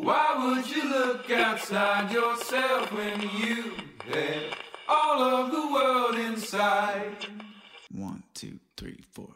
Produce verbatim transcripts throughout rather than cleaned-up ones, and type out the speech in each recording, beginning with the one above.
Why would you look outside yourself when you had all of the world inside? One, two, three, four.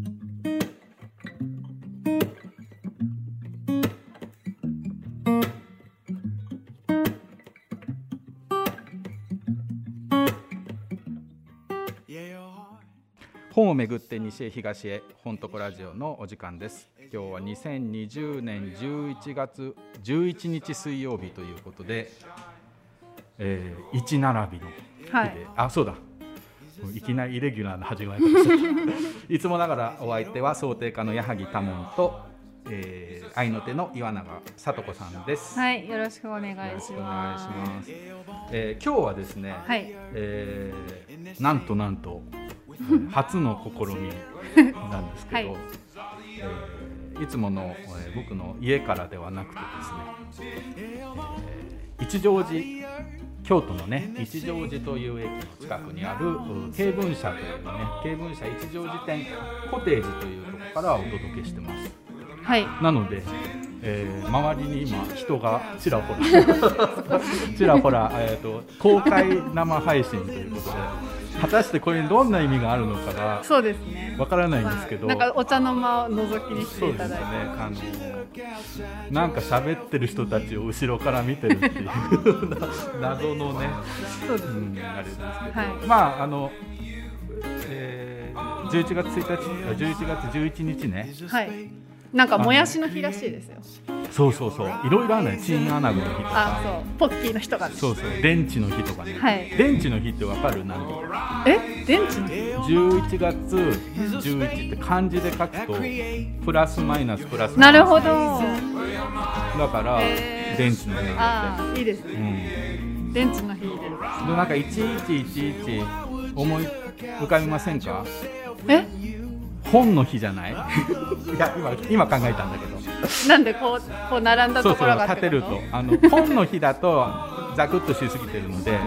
本をめぐって西へ東へ本とこラジオのお時間です。今日はにせんにじゅうねんじゅういちがつじゅういちにち水曜日ということで、えー、いち並びの日で、はい、あ、そうだ、いきなりイレギュラーな始まりましたいつもながらお相手は想定家の矢作多門と、えー、愛の手の岩永聡子さんです。 はい、よろしくお願いします。 よろしくお願いします。えー、今日はですね、はい、えー、なんとなんと初の試みなんですけど、はい、えー、いつもの、えー、僕の家からではなくてですね、えー、一乗寺、京都のね一乗寺という駅の近くにある京文社というね、京文社一乗寺店コテージというところからお届けしてます。はい、なので、えー、周りに今人がちらほらちらほら、えーと、公開生配信ということで、果たしてこれにどんな意味があるのかがそうですね、わからないんですけど、 まあ、なんかお茶の間を覗きにしていただいて、 そうですね、あのなんか喋ってる人たちを後ろから見てるっていう謎のね、そうです、うん、あれですけど、はい、まああの、えー、じゅういちがつついたち、じゅういちがつじゅういちにちね、はい、 なんかもやしの日らしいですよ。 そうそうそう、いろいろあるのよ。チンアナゴの日とか、 あ、そう、ポッキーの日とかね。 そうそう、電池の日とかね、はい、電池の日ってわかる？なんとか、 え、電池の日？ じゅういちがつじゅういちって漢字で書くとプラスマイナスプラスマイナス、 なるほど、 だから電池の日なんだって。 あ、いいですね、うん、電池の日で、 でなんかいちいちいちいち思い浮かびませんか？ え、 本の日じゃない？いや 今, 今考えたんだけど、 なんでこう、こう並んだところがってこと？ そうそう、立てると、あの本の日だとザクッとしすぎてるので、うん、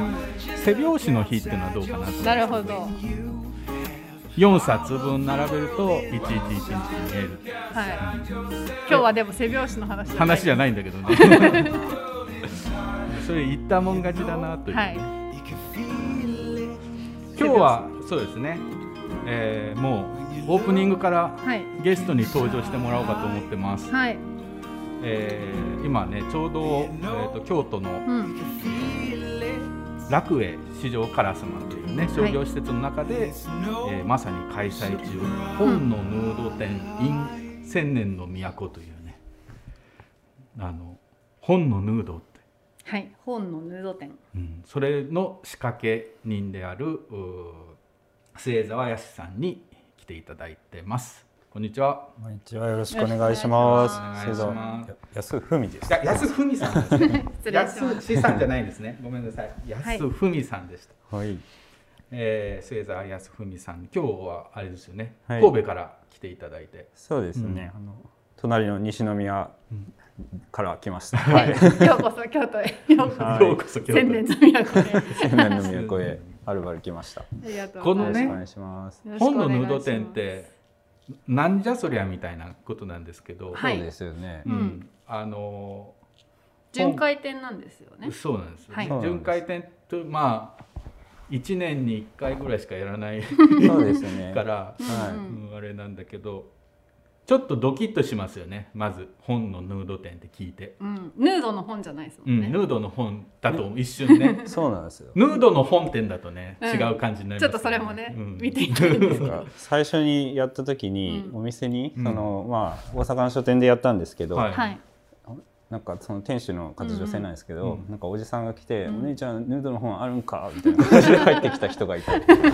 背表紙の日っていうのはどうかなと。 なるほど。 よんさつぶん並べるといちいちいちにちに見える、 はい、うん、今日はでも背表紙の話じゃない、 話じゃないんだけどねそれ言ったもん勝ちだなという、ね、はい、今日はそうですね、えー、もうオープニングからゲストに登場してもらおうかと思ってます、はい、えー、今ねちょうど、えー、と京都の、うん、楽栄四条烏丸というね商業施設の中で、はい、えー、まさに開催中、本のヌード展 in 千年の都というね、あの本のヌードって、 はい、本のヌード展、 うん、それの仕掛け人である末澤康さんに来ていただいてます。こんにちは。 こんにちは、よろしくお願いします。末澤康文です。 安文さんですね。安志さんじゃないですね。ごめんなさい。安文さんでした。はい。えー、末澤康文さん、今日はあれですよね。はい、神戸から来ていただいて。 そうですね。うん、あの隣の西宮から来ました。 はい。ようこそ京都へ。ようこそ。はい、ようこそ京都へ。千年の都へ。 千年の都へはるばる来ました。ありがとうございます。 このね、 お願いします。 本のヌード展ってなんじゃそりゃみたいなことなんですけど、 はい、そうですよね、 うん、あの巡回展なんですよね。 そうなんですよ、はい、巡回展と、まあいちねんにいっかいぐらいしかやらないそうですねから、はい、うん、あれなんだけど、ちょっとドキッとしますよね。まず本のヌード展って聞いて、 うん、ヌードの本じゃないですもんね、 うん、ヌードの本だと一瞬ねそうなんですよ。 ヌードの本店だとね、うん、違う感じになります、ね、 ちょっとそれもね、うん、見ていきたいんですけど最初にやった時に、うん、お店にその、まあ、大阪の書店でやったんですけど、はい、なんかその店主の方女性なんですけど、うん、なんかおじさんが来て、うん、お姉ちゃんヌードの本あるんかみたいな感じで入ってきた人がいて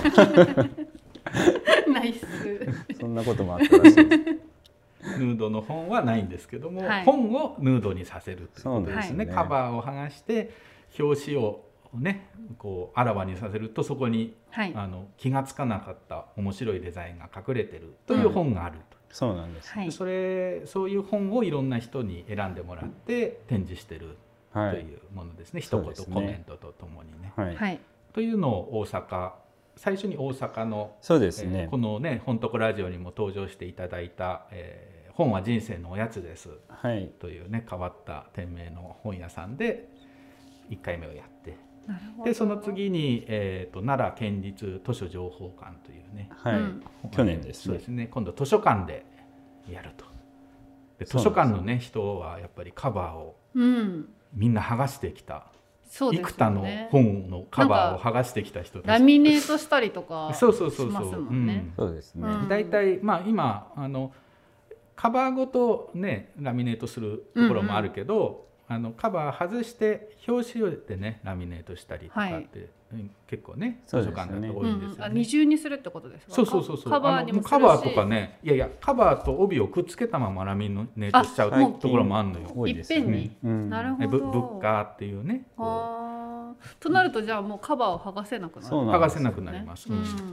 ナイスそんなこともあったらしいです。 ヌードの本はないんですけども、はい、本をヌードにさせるということですね。カバーを剥がして表紙をねこうあらわにさせると、そこに、はい、あの気がつかなかった面白いデザインが隠れてるという本があると、 うん、そうなんです、 はい、それそういう本をいろんな人に選んでもらって展示してるというものですね、はい、一言コメントとともにね、はい、というのを大阪、最初に大阪の、 そうですね、 えー、このね本とこラジオにも登場していただいた、えー、 本は人生のおやつです、 はい、 というね変わった店名の本屋さんでいっかいめをやって、でその次に、えー、と奈良県立図書情報館というね、 はい、うん、去年ですね。 そうですね、今度図書館でやると。で図書館のね人はやっぱりカバーをみんな剥がしてきた、うん、幾多の本のカバーを剥がしてきた人たち、 ラミネートしたりとかしますもんね。 そうですね。 だいたいまあ今あのカバーごとねラミネートするところもあるけど、うんうん、あのカバー外して表紙でねラミネートしたりとかって、はい、結構ね図書館だと多いんですよね。 うん、二重にするってことですか？ そうそうそうそう。 カバーにもするし、 カバーとかね、いやいやカバーと帯をくっつけたままラミネートしちゃうところもあるのよ。 いっぺんに、うん、なるほど。 ブッカーっていうね。 となるとじゃあもうカバーを剥がせなくなる。 剥がせなくなります。うん、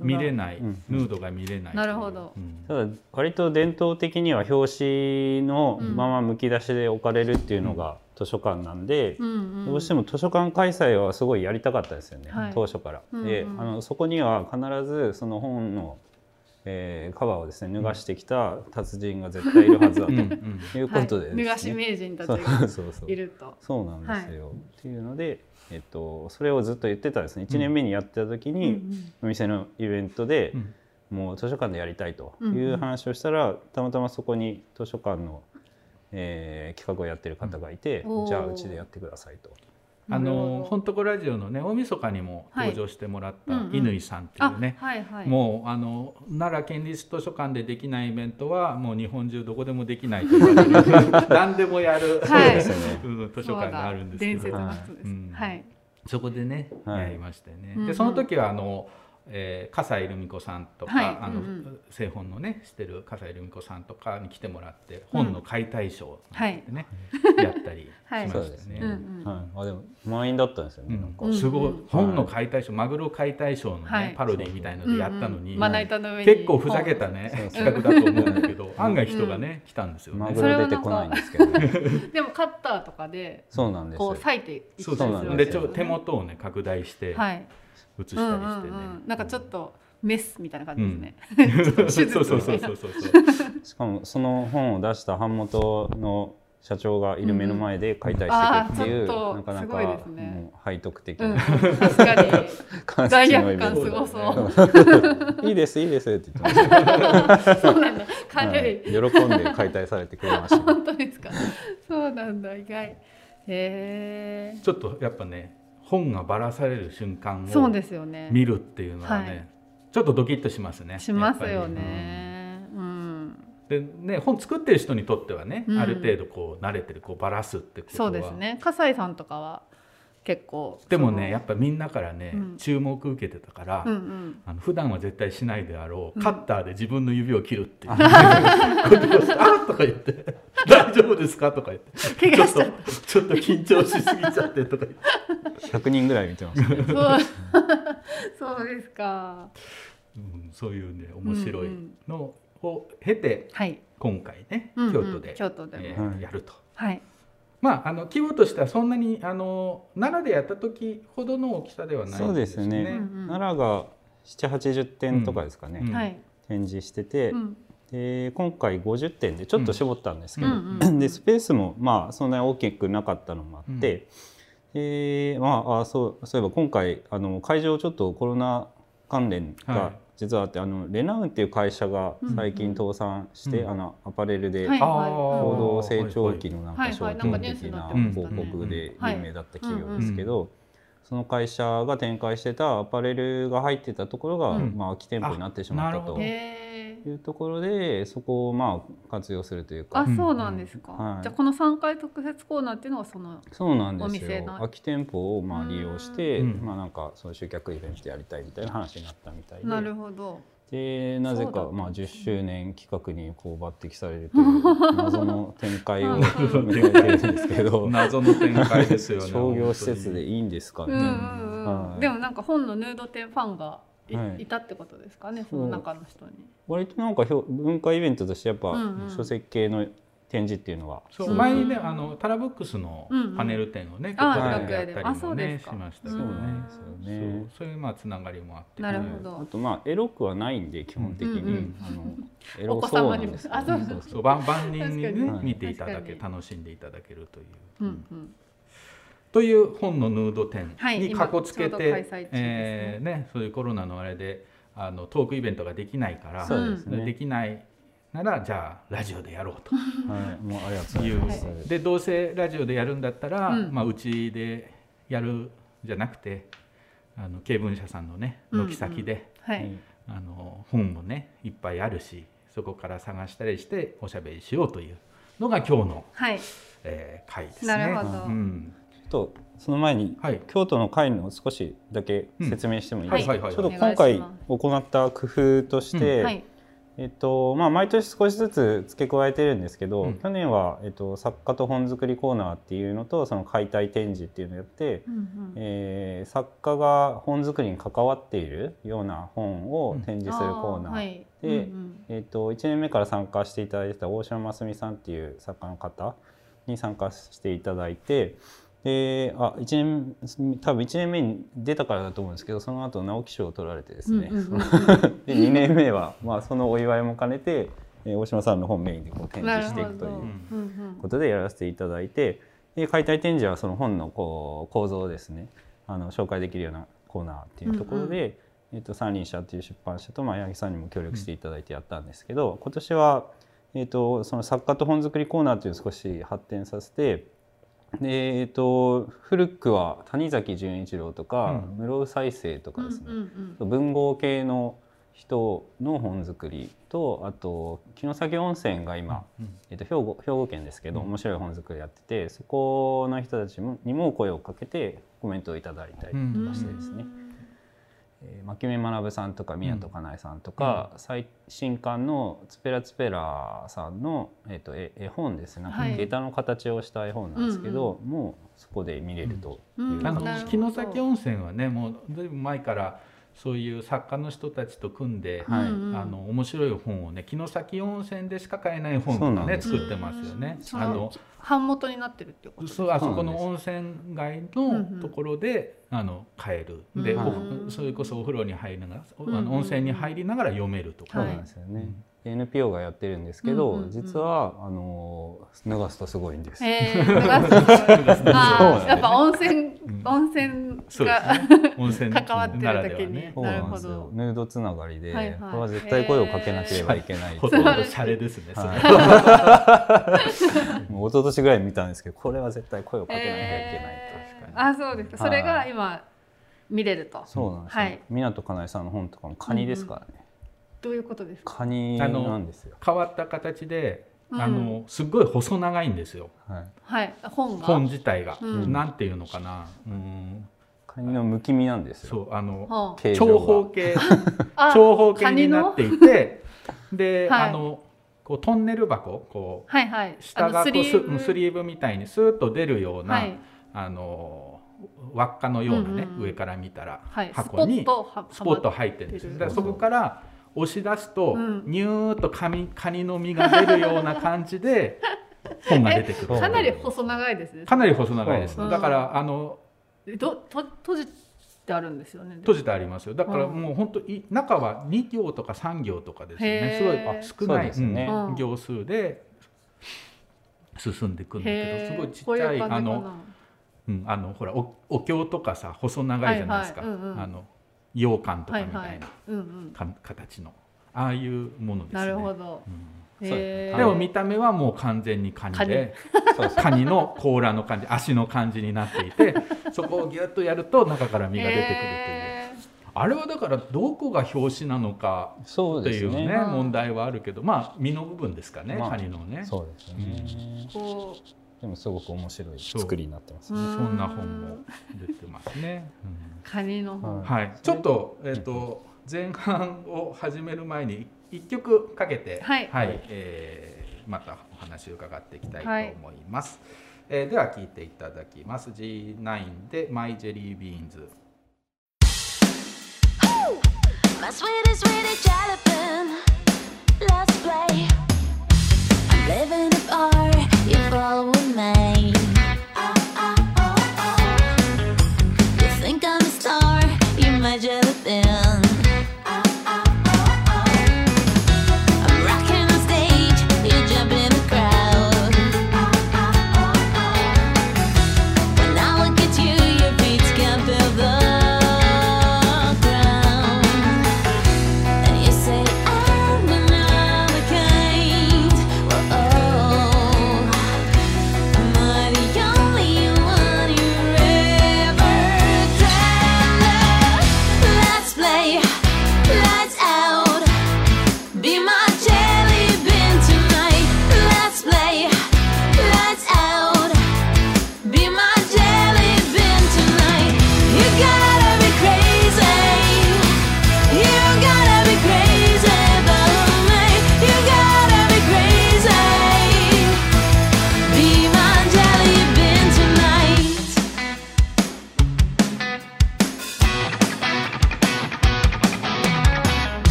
見れない、うん、ヌードが見れない。 なるほど。 うん、ただ割と伝統的には表紙のままむき出しで置かれるっていうのが図書館なんで、うんうん、どうしても図書館開催はすごいやりたかったですよね、はい、当初から。うんうん、であのそこには必ずその本のえー、カバーをですね脱がしてきた達人が絶対いるはずだということでですね、 はい、脱がし名人たちがいると。 そうなんですよ、はい、っていうので、えっと、それをずっと言ってたですね。いちねんめにやってた時に、うん、お店のイベントで、うん、もう図書館でやりたいという話をしたら、うん、たまたまそこに図書館の、えー、企画をやってる方がいて、うん、じゃあうちでやってくださいと。 あの本当ラジオのね大晦日にも登場してもらった乾さんっていうね、もうあの奈良県立図書館でできないイベントはもう日本中どこでもできないと言われる何でもやる、はい、図書館があるんですけど、伝説の人です、うん、はい、そこでね、はい、やりましてね、でその時はあのえー、笠井留美子さんとか、はい、あの、うんうん、製本のねしてる笠井留美子さんとかに来てもらって本の解体ショーでね、うん、やったりしましたね。 あでも満員だったんですよね。うん、 なんかすごい、うん、本の解体ショー、マグロ解体ショーのね、はい、パロディみたいなのでやったのに、 うんうん、の結構ふざけたね企画だと思うんだけど、案外人がね、うん、来たんですよね。 マグロ出てこないんですけど、ね、 でもカッターとかでそうなんですよ、 こう裂いていったりするんですよね。 でちょ手元をね拡大して、はい、写したりしてね、うんうんうん、 なんかちょっとメスみたいな感じですね。 そうそうそうそうそう。 しかもその本を出した版元の社長がいる目の前で解体していくっていう、うん、なかなかもう背徳的な、うん、 確かに罪悪感すごそういいですいいですって言ってました。 そうなんだ、軽い、 はい、喜んで解体されてくれました。 本当ですか。そうなんだ、意外。へえ。 ちょっとやっぱね本がばらされる瞬間を見るっていうのはね、ちょっとドキッとしますね。 しますよね。うん。 でね、本作ってる人にとってはね、うん、ある程度こう慣れてるこうばらすってことは。 そうですね。笠井さんとかは結構。 でもね、やっぱみんなからね、うん、注目受けてたから、うんうん、あの普段は絶対しないであろう、うん、カッターで自分の指を切るっていうことをして、あとか言って大丈夫ですかとか言ってちょっとちょっと緊張しすぎちゃってとか言ってひゃくにんぐらい見てますね。 そうそうですか、 うん、そういうね面白いのを経て、うんうん、今回ね、はい、京都で、京都で、えー、やると、はい、まああの規模としてはそんなにあの奈良でやった時ほどの大きさではないんですね。 そうですね、うんうん、奈良がななじゅうはちじゅってんとかですかね、うんうん、展示してて、うん、で今回ごじゅってんでちょっと絞ったんですけど、うんうん、でスペースもまあそんなに大きくなかったのもあって、うん、えー、まあ、あそう、そういえば今回あの会場ちょっとコロナ関連が実はあって、はい、あのレナウンっていう会社が最近倒産して、うんうん、あのアパレルで高度成長期のなんか商品的な広告で有名だった企業ですけど、その会社が展開してたアパレルが入ってたところが、うん、まあ、空き店舗になってしまったというところで、そこをまあ活用するというか。 あ、そうなんですか、はい、じゃあこのさんかい特設コーナーっていうのはそのそうなんですよ、お店の空き店舗をまあ利用して、まあ、なんかそういう集客イベントやりたいみたいな話になったみたいで。 なるほど。 でなぜかまあじゅっしゅうねん企画にこう抜擢されるという謎の展開を迎えてるんですけど謎の展開ですよね。 商業施設でいいんですかね、うんうんうん、はい、でもなんか本のヌード展ファンが い,、はい、いたってことですかね、その中の人に。 割となんか文化イベントとしてやっぱ書籍系の展示っていうのはそう前にねあのタラブックスのパネル展をね、うん、 あやったりもねしましたけどね、 そうね、 そういうまあつながりもあって、 なるほど。 あとまあエロくはないんで基本的に、うんうん、あのエロそうなんです。あ、そうそうそう万人に、ね、見ていただけ楽しんでいただけるという。うんうん、という本のヌード展にかこつけて、はいねえーね、そういうコロナのあれであのトークイベントができないから、 そうですね、 できないならじゃあラジオでやろうと、 はい、もうありがとうございます。 でどうせラジオでやるんだったら、うんまあ、うちでやるじゃなくてあの経文社さんのね軒先で、うんうんはい、あの本もねいっぱいあるしそこから探したりしておしゃべりしようというのが今日の、はいえー、会ですね。 なるほど、 うん、 ちょっとその前に、はい、京都の会の少しだけ説明してもいいですか。ちょっと今回行った工夫として、うんはいえっとまあ、毎年少しずつ付け加えてるんですけど、うん、去年は、えっと、作家と本作りコーナーっていうのとその解体展示っていうのをやって、うんうんえー、作家が本作りに関わっているような本を展示するコーナー、うんはい、で、うんうんえっと、いちねんめから参加していただいてた大島真澄さんっていう作家の方に参加していただいてであいちねん多分いちねんめに出たからだと思うんですけどその後直木賞を取られてですね、うんうんうん、でにねんめは、まあ、そのお祝いも兼ねて、えー、大島さんの本メインでこう展示していくということでやらせていただいてで解体展示はその本のこう構造をですねあの紹介できるようなコーナーっていうところで、うんうんえー、と三輪社という出版社と、まあ、八木さんにも協力していただいてやったんですけど、うん、今年は、えー、とその作家と本作りコーナーというのを少し発展させてでえー、と古くは谷崎潤一郎とか、うん、室生再生とかですね、うんうんうん、文豪系の人の本作りとあと城崎温泉が今、うんうんえー、と兵庫、兵庫県ですけど、うん、面白い本作りやっててそこの人たちにも声をかけてコメントをいただいたりとかしてですね、うんえー、牧目学さんとか湊かなえさんとか、うん、最新刊のツペラツペラさんの、えー、と絵本ですねなんか下駄の形をした絵本なんですけど、はい、もうそこで見れるという、うん、 あの城崎温泉はねもうずいぶん前からそういう作家の人たちと組んで、はい、あの面白い本をね城崎温泉でしか買えない本とかね作ってますよね。あの版元になってるってことですか。 そうあそこの温泉街のところで、うんうん、あの買えるで、うん、それこそお風呂に入りながら、うん、あの温泉に入りながら読めるとか、 そうなんですよね、うん、エヌピーオー がやってるんですけど、うんうんうん、実はあの脱がすとすごいんです。 えー、脱がすとすごいあやっぱ温泉、うん、温泉が、ね、温泉関わってるだけに、ね、 なるほどヌードつながりで、はいはい、これは絶対声をかけなければいけない。 ほとんどシャレですね。 はい、もう一昨年ぐらい見たんですけどこれは絶対声をかけなきゃいけない、 えー、確かにあそうですか。それが今見れると。 そうなんですよ、はい、湊かなえさんの本とかもカニですからね、うんうん、 どういうことですか。 カニなんですよ。 変わった形であのすっごい細長いんですよ、 はいはい、本が本自体が、うん、なんていうのかな、うん、 カニのむき身なんですよ。 そうあの長方形長方形になっていてで、はい、あのこうトンネル箱こう、はいはい、下がこうスリーブ、スリーブみたいにスーッと出るような、はい、あの輪っかのようなね、うんうん、上から見たら、はい、箱にスポット入ってるんですよ。でそこから押し出すと、うん、ニューッとカニ、カニの身が出るような感じで本が出てくる。 かなり細長いですね。 かなり細長いです。だからあのどと閉じてあるんですよね。 閉じてありますよ。だからもう本当に中はに行とかさん行とかですよね。すごい少ない、ねうん、行数で進んでいくんだけど、すごいちっちゃいあの、うん、あのほら お, お経とかさ細長いじゃないですか。はいはいうんうん、あの羊羹とかみたいな、はいはいうんうん、形のああいうものですね。 なるほど。 うん、でも見た目はもう完全にカニでカニの甲羅の感じ足の感じになっていてそこをギュッとやると中から身が出てくるという、あれはだからどこが表紙なのかっていうね、ね問題はあるけどまあ身の部分ですかね、まあ、カニのね。 そうですね、うん、こうでもすごく面白い作りになってますね。 そ, そんな本も出てますね、うん、 カニの本、 はい、ちょっと、えーと、前半を始める前にいっきょくかけて、はいはいえー、またお話を伺っていきたいと思います、はいえー、では聴いていただきます ジーナイン で My Jelly Beans。 My sweetie, sweetie jalapeno, let's play. I'm living up our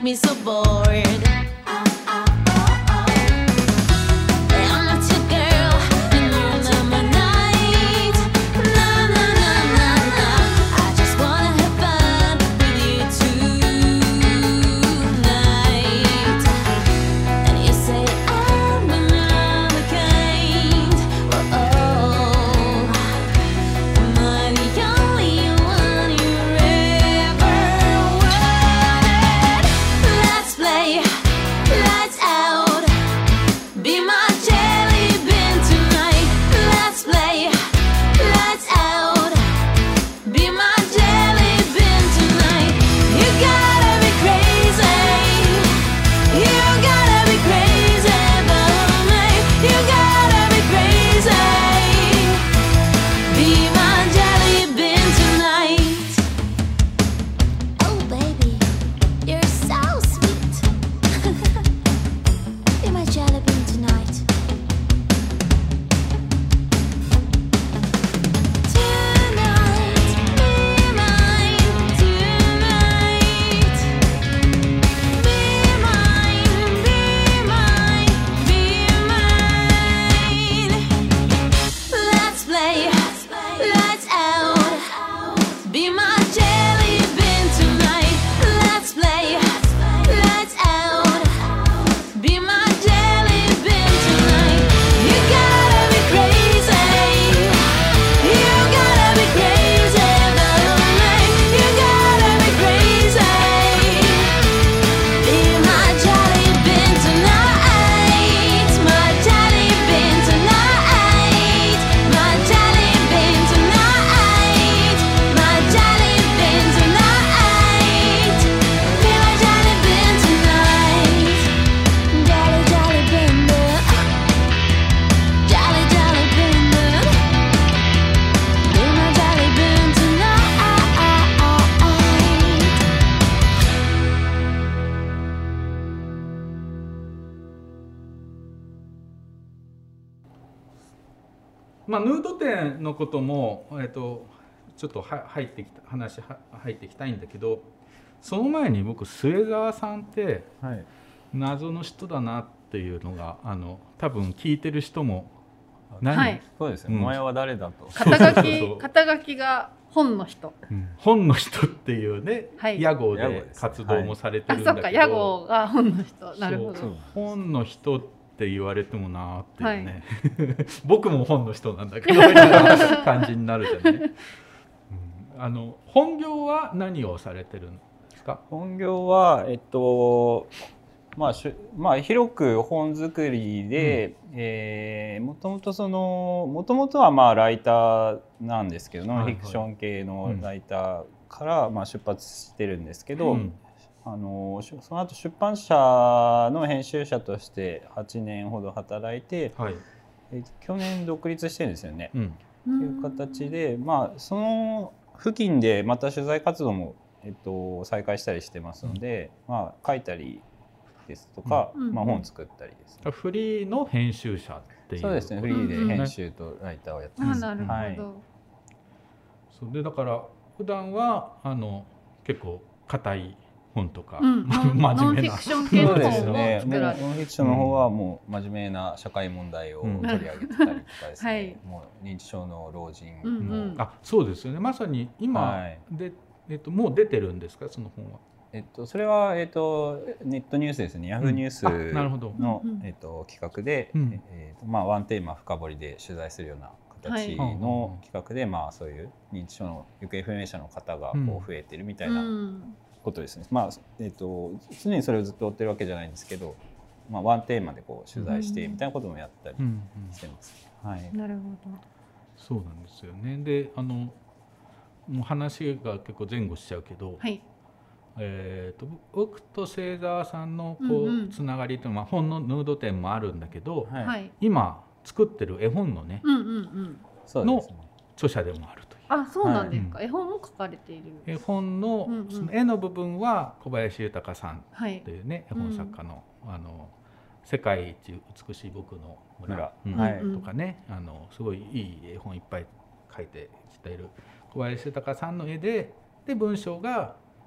me so bored. まあ、ヌード展のことも、えー、とちょっとは入ってきた話は入ってきたいんだけど、その前に僕末澤さんって謎の人だなっていうのが、あの多分聞いてる人も何、 はい、そうですね、うん、お前は誰だと肩書き肩書きが本の人、 うん、本の人っていうね、はい、屋号で活動もされてるんだけど、はい、 あ、そっか、屋号が本の人、なるほど。 本の人って言われてもなーっていうね、はい、僕も本の人なんだけどみたいな感じになるじゃない、うん、あの本業は何をされてるんですか？ 本業はえっとまあしゅまあ、広く本作りで、うん、えー、もともとそのもともとはまあライターなんですけど、ノンフィクション系のライターからまあ出発してるんですけど、うん、あのその後出版社の編集者としてはちねんほど働いて、はい、え去年独立してるんですよね。うん、という形で、まあ、その付近でまた取材活動も、えっと、再開したりしてますので、うん、まあ、書いたりですとか、うん、まあ、本作ったりです、ね、 フリーの編集者っていう。 そうですね、フリーで編集とライターをやってます、 うんうん、なるほど、はい、 そうでだから普段はあの結構硬い本とか、うん、真面目なノンフィクション系の本を作られて、 ノンフィクションの方はもう真面目な社会問題を取り上げてたりとかですね、はい、もう認知症の老人も、うんうん、 あ、そうですよね、まさに今、はい、でえっと、もう出てるんですか、その本は？ えっと、それは、えっと、ネットニュースですね、ヤフーニュースの、 うん、 えっと、企画で、うん、えーまあ、ワンテーマ深掘りで取材するような形の企画で、はい、まあ、そういう認知症の行方不明者の方がこう増えてるみたいなことですね、うん、まあ、えっと、常にそれをずっと追ってるわけじゃないんですけど、まあ、ワンテーマでこう取材してみたいなこともやったりしてます、 うんうん、はい、なるほど。 そうなんですよね。で、あのもう話が結構前後しちゃうけど、はい、えー、と僕と末澤さんのこうつながりというのは、本のヌード展もあるんだけど、はい、今作ってる絵本のね、うんうんうん、の著者でもあるという。 あ、そうなんですか、はい、絵本も書かれている。 絵本 の, その絵の部分は小林豊さんというね、はい、絵本作家の、うん、あの世界一美しい僕の村、うん、はい、とかね、あのすごいいい絵本いっぱい書いてきている小林豊さんの絵で、で文章が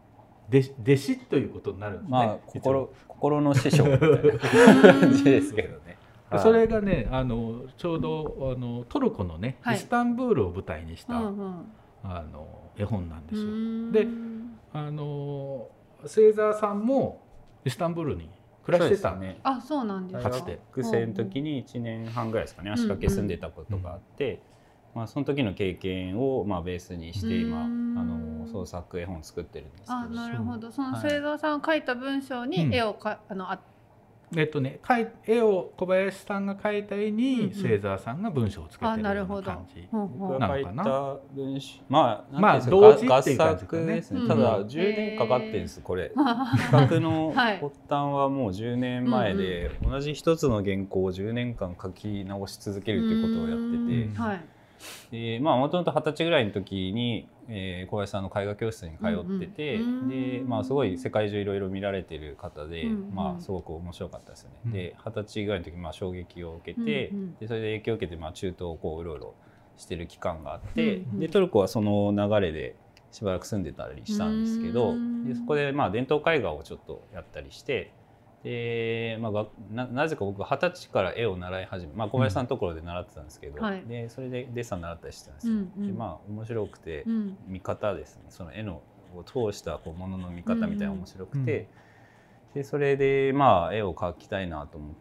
弟子弟子ということになるんですね。 まあ心心の師匠みたいな感じですけどね。 それがねあのちょうどあのトルコのね、はい、イスタンブールを舞台にした、うんうん、あの絵本なんですよ。であのセイザーさんもイスタンブールに暮らしてたね。 あ、そうなんですか。 かつて学生の時にいちねんはんぐらいですかね、足掛け住んでたことがあって、うんうん、まあ、その時の経験をまあベースにして今あの創作絵本作ってるんですけど。 あ、なるほど。そのセイザーさんが描いた文章に絵をか、うん、あのあえっとね、絵を小林さんが描いた絵にセイザーさんが文章をつけてるような感じなのかな。 文章まあまあ同時っていう感じかね。 ですね。ただじゅうねんかかってるんですこれ。企画の発端はもうじゅうねんまえで同じ一つの原稿をじゅうねんかん書き直し続けるっていうことをやってて。はい。でまあもともと二十歳ぐらいの時に、えー、小林さんの絵画教室に通ってて、うんうん、でまあすごい世界中いろいろ見られてる方で、うんうん、まあすごく面白かったですよね。うん、で二十歳ぐらいの時まあ衝撃を受けて、うんうん、でそれで影響を受けてまあ中東をこううろうろしてる期間があって、うんうん、でトルコはその流れでしばらく住んでたりしたんですけど、でそこでまあ伝統絵画をちょっとやったりして。でまあ、な, なぜか僕はたちから絵を習い始め、まあ、小林さんのところで習ってたんですけど、うん、でそれでデッサン習ったりしてたんですよ、うんうん、でまあ面白くて、うん、見方ですね、その絵のを通したこうものの見方みたいな面白くて、うんうん、でそれでまあ絵を描きたいなと思って、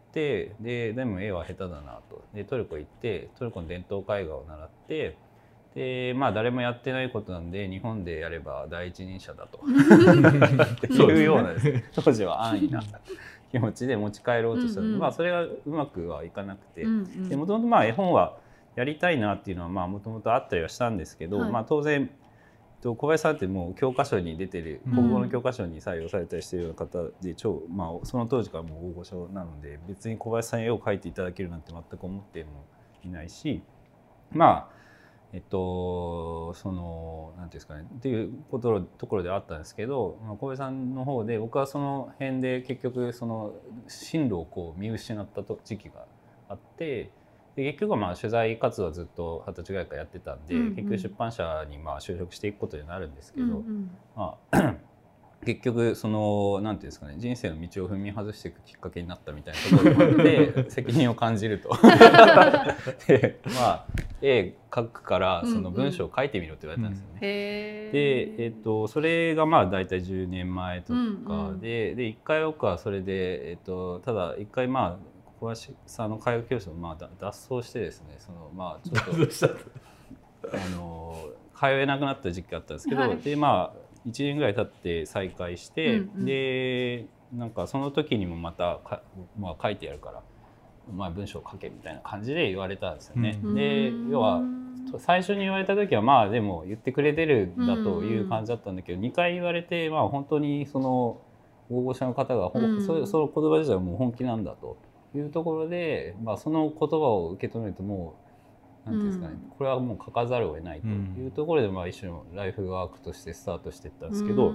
ででも絵は下手だなと、でトルコ行ってトルコの伝統絵画を習って、でまあ誰もやってないことなんで日本でやれば第一人者だとっていうようなですね、当時は安易な気持ちで持ち帰ろうとしたので、うんうん、まあそれがうまくはいかなくて、うんうん、でもともとまあ絵本はやりたいなっていうのはまあもともとあったりはしたんですけど、はい、まあ当然小林さんってもう教科書に出てる国語の教科書に採用されたりしているような方で、超まあその当時からもう大御所なので、別に小林さんに絵を描いていただけるなんて全く思ってもいないし、まあえっと、そのなんていうんですかねっていうことところではあったんですけど、まあ、小林さんの方で僕はその辺で結局その進路をこう見失った時期があって、で結局はまあ取材活動はずっと二十歳ぐらいからやってたんで、うんうん、結局出版社にまあ就職していくことになるんですけど、うんうん、まあ結局そのなんていうんですかね、人生の道を踏み外していくきっかけになったみたいなところがあって責任を感じるとでまあ絵描くからその文章を書いてみろって言われたんですよね。うんうん、で、えっと、それがまあ大体じゅうねんまえとかで、うんうん、で一回僕はそれで、えっと、ただ一回まあ小林さんの絵画教室をまあ脱走してですね、そのまあちょっとあの通えなくなった時期があったんですけど、はい、でまあいちねんぐらい経って再開して、うんうん、でなんかその時にもまたか、まあ、書いてやるから、まあ、文章を書けみたいな感じで言われたんですよね。うん、で要は最初に言われた時はまあでも言ってくれてるんだという感じだったんだけど、うんうん、にかい言われて、まあ、本当にその応募者の方が、うん、そ, その言葉自体はもう本気なんだというところで、まあ、その言葉を受け止めるともうなんていうんですかね、うん、これはもう書かざるを得ないというところで、まあ、一種のライフワークとしてスタートしていったんですけど、うん、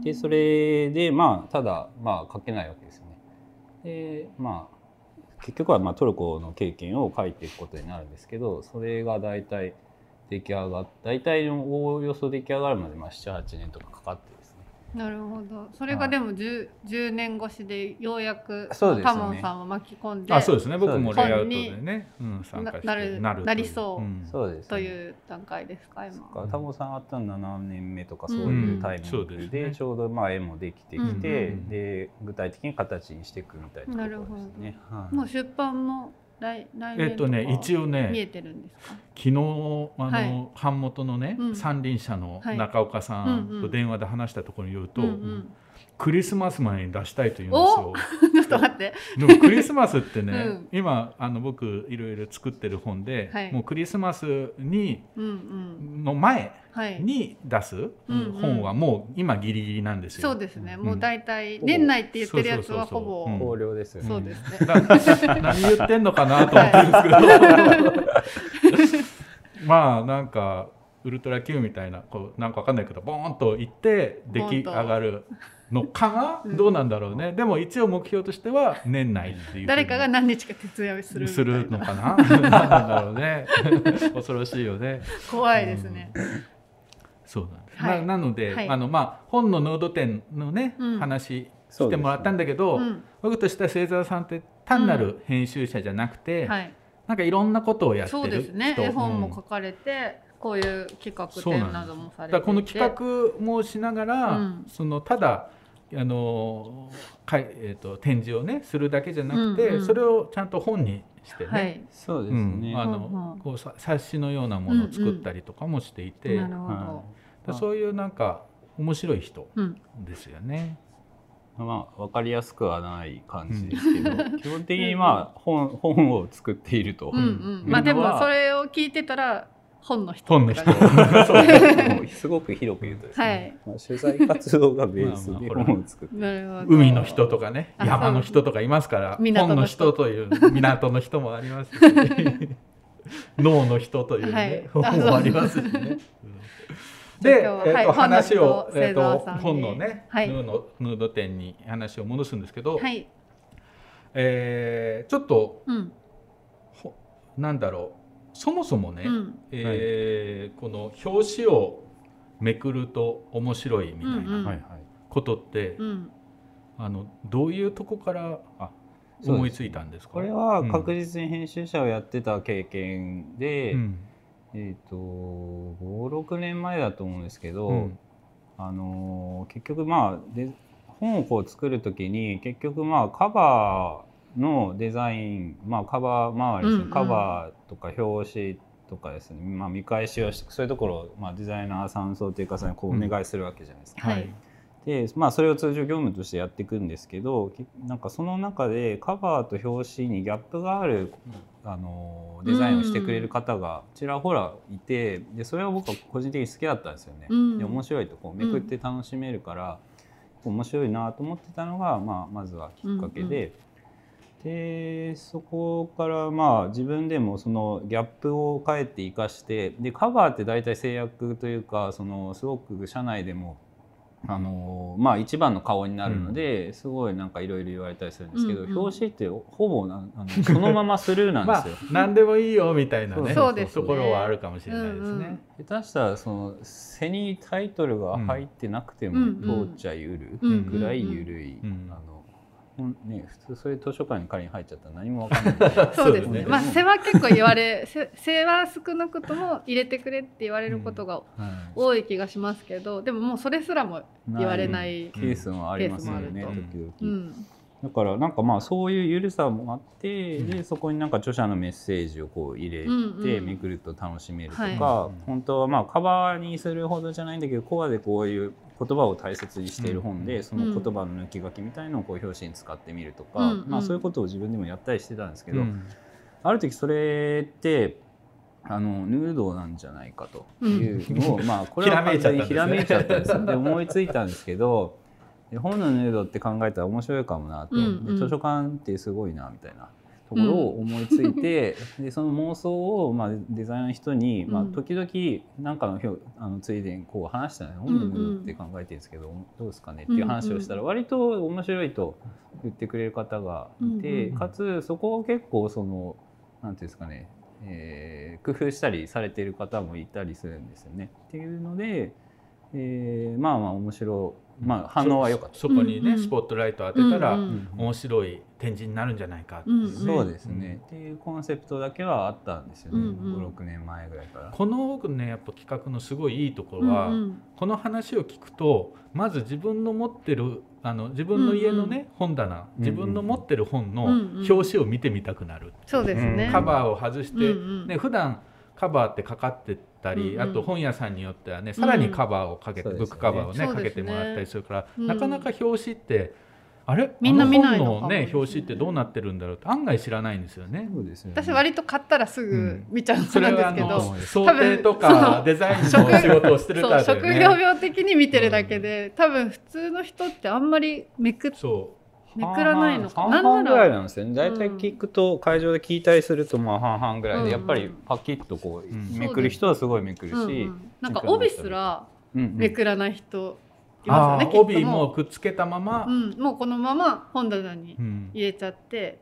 でそれでまあただまあ書けないわけですよね。でまあ結局はまあトルコの経験を書いていくことになるんですけど、それが大体出来上がっ大体のおおよそ出来上がるまでまあななはちねんとかかかってですね。 なるほど。それがでも 10, 10年越しでようやくタモンさんを巻き込んで、 あ、そうですね、僕もレイアウトでね、うん、参加してな, るな, るなりそう、 うん、そうですね、 という段階ですか今。 タモンさんあったのななねんめとかそういうタイミングで、うん、ちょうどまあ絵もできてきて、うん、で具体的に形にしていくみたいなところですね。 はい、もう出版も来来えっとね、一応ね見えてるんですか。 昨日あの、はい、版元のね、うん、三輪車の中岡さんと電話で話したところによると、うんうん、クリスマス前に出したいというんですよ。 ちょっと待って。 でもクリスマスってね、うん、今あの僕いろいろ作ってる本で、はい、もうクリスマスに、うんうん、の前に出す本はもう今ギリギリなんですよ。 そうですね。もうだいたい年内って言ってるやつはほぼ考慮ですよね。 そうですね。 何言ってんのかなと思ってるんですけど、まあなんかウルトラ Q みたいなこうなんかわかんないけどボーンといって出来上がるのかな、うん、どうなんだろうね。でも一応目標としては年内っていう誰かが何日か徹夜するみたいなするのかななんだろうね恐ろしいよね。 怖いですね。 うん、 そうなんです、はい、な, なので、はい、あのまあ、本のヌード展のね、うん、話してもらったんだけど、うん、僕としては末澤さんって単なる編集者じゃなくて、うんはい、なんかいろんなことをやってる人。そうですね、 絵本も書かれて、うん、こういう企画展などもされていて、だからこの企画もしながら、うん、そのただあのかい、えー、と展示をねするだけじゃなくて、うんうん、それをちゃんと本にしてね、はい、 そうですね、 うん、あのこう冊子のようなものを作ったりとかもしていて、うんうんはい、そういうなんか面白い人ですよね。 うん、まあ分かりやすくはない感じですけど、うん、基本的にまあ 本, 本を作っていると、うんうん、 まあでもそれを聞いてたら本の人本の人すごく広く言うとですね、はいまあ、取材活動がベースで本を作って、まあまあ、 海の人とかね山の人とかいますから、本の人という港の人もありますし、ね、脳の人というね、はい、本もありますしね。で、えーと、話を、えーと、本のね、はい、ヌード、ヌード展に話を戻すんですけど、はいえー、ちょっと、うん、なんだろうそもそもね、うんえーはい、この表紙をめくると面白いみたいなことって、うんうん、あのどういうとこから思いついたんですか？ これは確実に編集者をやってた経験で、うん、えーとご、ろくねんまえだと思うんですけど、うん、あの結局まあで本をこう作る時に結局まあカバーのデザイン、まあ、カバー周りですね、うんうん、カバーとか表紙とかですね、まあ、見返しをしてそういうところを、まあ、デザイナーさん想定家さんにこうお願いするわけじゃないですか、うんはい、でまあ、それを通常業務としてやっていくんですけどなんかその中でカバーと表紙にギャップがあるあのデザインをしてくれる方がちらほらいてでそれは僕は個人的に好きだったんですよね、うん、で面白いとこうめくって楽しめるから、うん、面白いなと思ってたのが、まあ、まずはきっかけで、うんうんでそこからまあ自分でもそのギャップをかえって生かしてでカバーって大体制約というかそのすごく社内でもあのまあ一番の顔になるので、うん、すごいなんかいろいろ言われたりするんですけど、うんうん、表紙ってほぼなあのそのままスルーなんですよ。 まあ、何でもいいよみたいなねそうですねところはあるかもしれないですね。うんうん、 下手したらその背にタイトルが入ってなくても通っちゃいうるぐらい緩い、うんうん、あのね、普通そういう図書館に仮に入っちゃったら何も分かんないそうですね、まあ、背は結構言われ背は少なくとも入れてくれって言われることが多い気がしますけど、うん、でももうそれすらも言われないケースもありますよね、うん、時々、うん、だからなんかまあそういう緩さもあって、うん、でそこになんか著者のメッセージをこう入れてめくると楽しめるとか、うんうんはい、本当はまあカバーにするほどじゃないんだけどコアでこういう言葉を大切にしている本で、うん、その言葉の抜き書きみたいのをこう表紙に使ってみるとか、うんまあ、そういうことを自分でもやったりしてたんですけど、うん、ある時それってあのヌードなんじゃないかというのを、うん、まあこれは完全にひらめいちゃったんですよ。で思いついたんですけど本のヌードって考えたら面白いかもなと、うんうん、で図書館ってすごいなみたいなところを思いついて、うん、でその妄想を、まあ、デザイナーの人に、まあ、時々何かの表あのついでにこう話したら、ね「本のヌードって考えてるんですけど、うんうん、どうですかね?」っていう話をしたら割と面白いと言ってくれる方がいて、うんうん、かつそこを結構そのなんていうんですかね、えー、工夫したりされている方もいたりするんですよね。っていうので、えー、まあまあ面白い。まあ、反応は良かった。 そ, そこにね、うんうん、スポットライトを当てたら、うんうん、面白い展示になるんじゃないかっていう、ね、 そうですね、うん、っていうコンセプトだけはあったんですよね、うんうん、ごろくねんまえぐらいから。 この僕ねやっぱ企画のすごいいいところは、うんうん、この話を聞くとまず自分の持ってるあの自分の家のね、うんうん、本棚自分の持ってる本の表紙を見てみたくなる、 そうですね、 カバーを外して、うんうんね、普段カバーってかかってたり、うんうん、あと本屋さんによってはねさらにカバーをかけて、うん、ブックカバーをね、ねかけてもらったりするから、うん、なかなか表紙ってあれみんな見ないのかも、あの本の、ね、表紙ってどうなってるんだろうって案外知らないんですよね。 そうですよね、 私割と買ったらすぐ見ちゃう人なんですけど、うん、 想定とかデザインの仕事をしてるから、ね、 職業病的に見てるだけで、うん、多分普通の人ってあんまりめくってめくらないのか半々ぐらいなんですよね。だいたい聞くと、うん、会場で聞いたりするとまあ半々ぐらいで、うんうん、やっぱりパキッとこう、うん、めくる人はすごいめくるし、うんうん、 なんか帯すらめくらない人いますよね、 うんうん、帯もくっつけたまま、 うん、もうこのまま本棚に入れちゃって、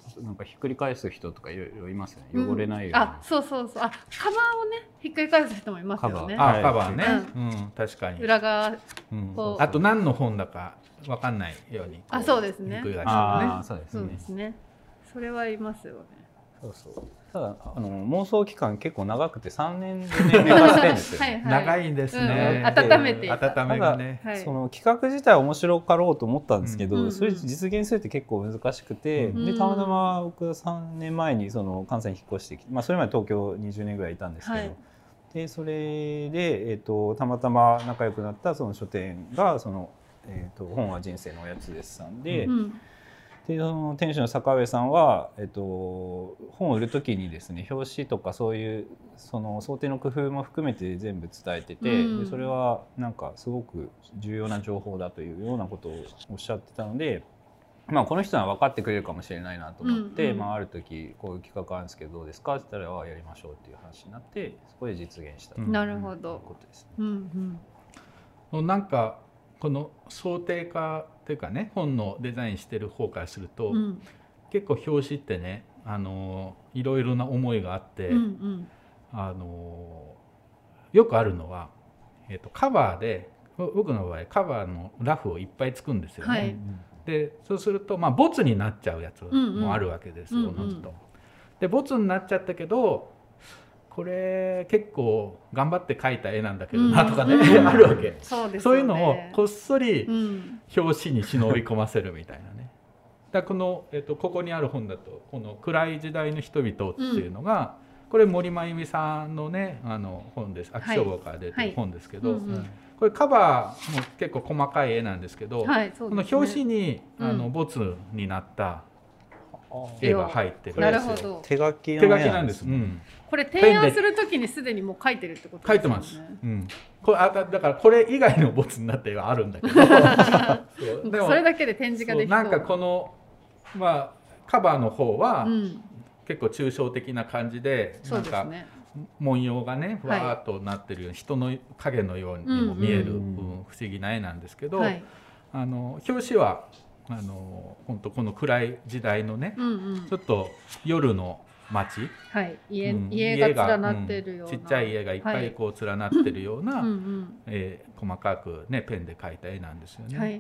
なんかひっくり返す人とかいろいろいますよね。汚れないように、 うん、あ、そうそうそう。あ、カバーをねひっくり返す人もいますよね。 あ、カバーね。うん、うん、確かに。 裏側、 うん、あと何の本だかわかんないように。 あ、そうですね。 ひっくり返すね。 あ、そうですね。 そうですね。それはいますよね。 そうそう。ただあの妄想期間結構長くてさんねんで、ね、寝かしてるんですよ、ね。 はいはい、 長いですね。 うん、温めて温めがね。 はい、その企画自体面白かろうと思ったんですけど、うん、それ実現するって結構難しくて、うん、でたまたま僕さんねんまえにその関西に引っ越してきて、まあそれまで東京にじゅうねんぐらいいたんですけど、はい、でそれでえっ、ー、とたまたま仲良くなったその書店がそのえっ、ー、と本は人生のおやつですさんで。うんでその店主の坂上さんは、えっと、本を売る時にですね表紙とかそういうその想定の工夫も含めて全部伝えてて、うん、でそれはなんかすごく重要な情報だというようなことをおっしゃってたので、まあ、この人は分かってくれるかもしれないなと思って、うんうんまあ、ある時こういう企画あるんですけどどうですかって言ったらあやりましょうっていう話になってそこで実現したということですね。 うんうん、なんかこの想定化というかね本のデザインしてる方からすると、うん、結構表紙ってねあのいろいろな思いがあって、うんうん、あのよくあるのは、えーと、カバーで僕の場合カバーのラフをいっぱいつくんですよね。はい、でそうすると、まあ、ボツになっちゃうやつもあるわけですよ、うんうん、でボツになっちゃったけどこれ結構頑張って描いた絵なんだけどなとかね、うん、あるわけ。そうですよね。そういうのをこっそり表紙に忍び込ませるみたいなね。だこの、えっと、ここにある本だとこの暗い時代の人々っていうのが、うん、これ森真由美さんのねあの本です。秋書房から出てる本ですけど、はいはいうんうん、これカバーも結構細かい絵なんですけど、はいそうですね、この表紙にあのボツになった絵が入ってるんですよ。なるほど。 手書き手書きなんです。うん、 これ提案するときにすでにもう書いてるってことですね。 書いてます。うん、これあだからこれ以外のボツになった絵はあるんだけどそうでもそれだけで展示ができそう。 なんかこのまあカバーの方は、うん、結構抽象的な感じでなんか、ね、文様がねふわーっとなってるように、はい、人の影のようにも見える、うんうん、不思議な絵なんですけど、はい、あの表紙はあの本当この暗い時代のね、うんうん、ちょっと夜の街、 はい、家、うん、家が連なってるような、 うん、ちっちゃい家がいっぱいこう連なってるような、はいうんうんえー、細かく、ね、ペンで描いた絵なんですよね、はいうん、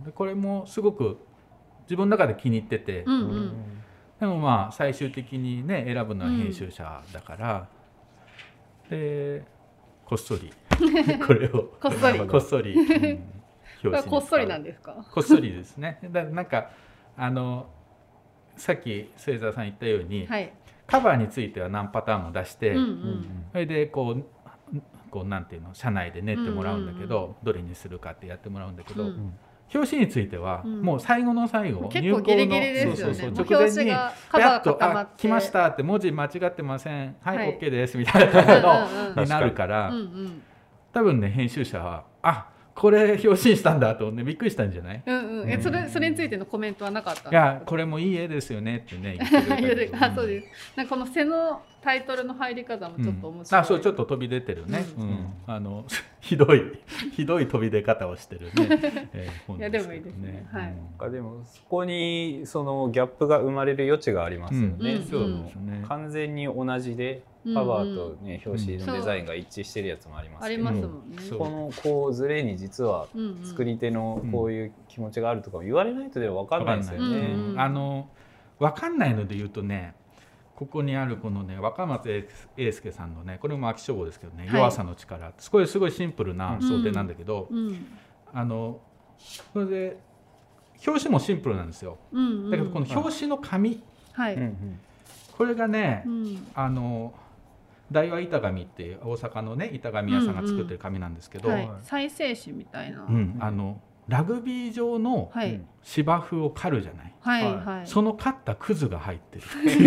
でこれもすごく自分の中で気に入ってて、うんうん、でもまあ最終的にね選ぶのは編集者だから、うん、でこっそりこれをこっそりこっそり、うんこっそりなんですか？ こっそりですね。だなんかあのさっき末澤さん言ったように、はい、カバーについては何パターンも出して、うんうん、それでこうこうなんていうの社内で練ってもらうんだけど、うんうんうん、どれにするかってやってもらうんだけど、うん、表紙については、うん、もう最後の最後、 結構ギリギリですよね。 そうそうそう直前にやっとあ来ましたって文字間違ってませんはい、はい、OK ですみたいなのになるから、うんうん、多分ね編集者はあこれ表紙にしたんだとねびっくりしたんじゃない？ うんうん。えそれそれについてのコメントはなかったんですか？ いやこれもいい絵ですよねってね言ってくれたけどあそうです。なんかこの背のタイトルの入り方もちょっと面白い。 うん、あそうちょっと飛び出てるね。うんうん、あのひどいひどい飛び出方をしてるね。 えー、いやでもいいですね。はい。 うん、でもそこにそのギャップが生まれる余地がありますよね。うんうん、 そうですね。 完全に同じで。カバーと、ね、表紙のデザインが一致してるやつもありますけど、 ありますもんね。 このこうズレに実は作り手のこういう気持ちがあるとか言われないとでは分かんないですよね。 うんうん、あの分かんないので言うとねここにあるこのね若松英介さんのねこれも秋書房ですけどね、はい、弱さの力すごいすごいシンプルな想定なんだけど、うんうん、あのそれで表紙もシンプルなんですよ。うんうん、だけどこの表紙の紙、はい、これがね、うん、あの大和板紙っていう大阪のね板紙屋さんが作ってる紙なんですけど、うんうんはい、 再生紙みたいな、 うん、あのラグビー場の芝生を刈るじゃない、はいはい、その刈ったくずが入ってる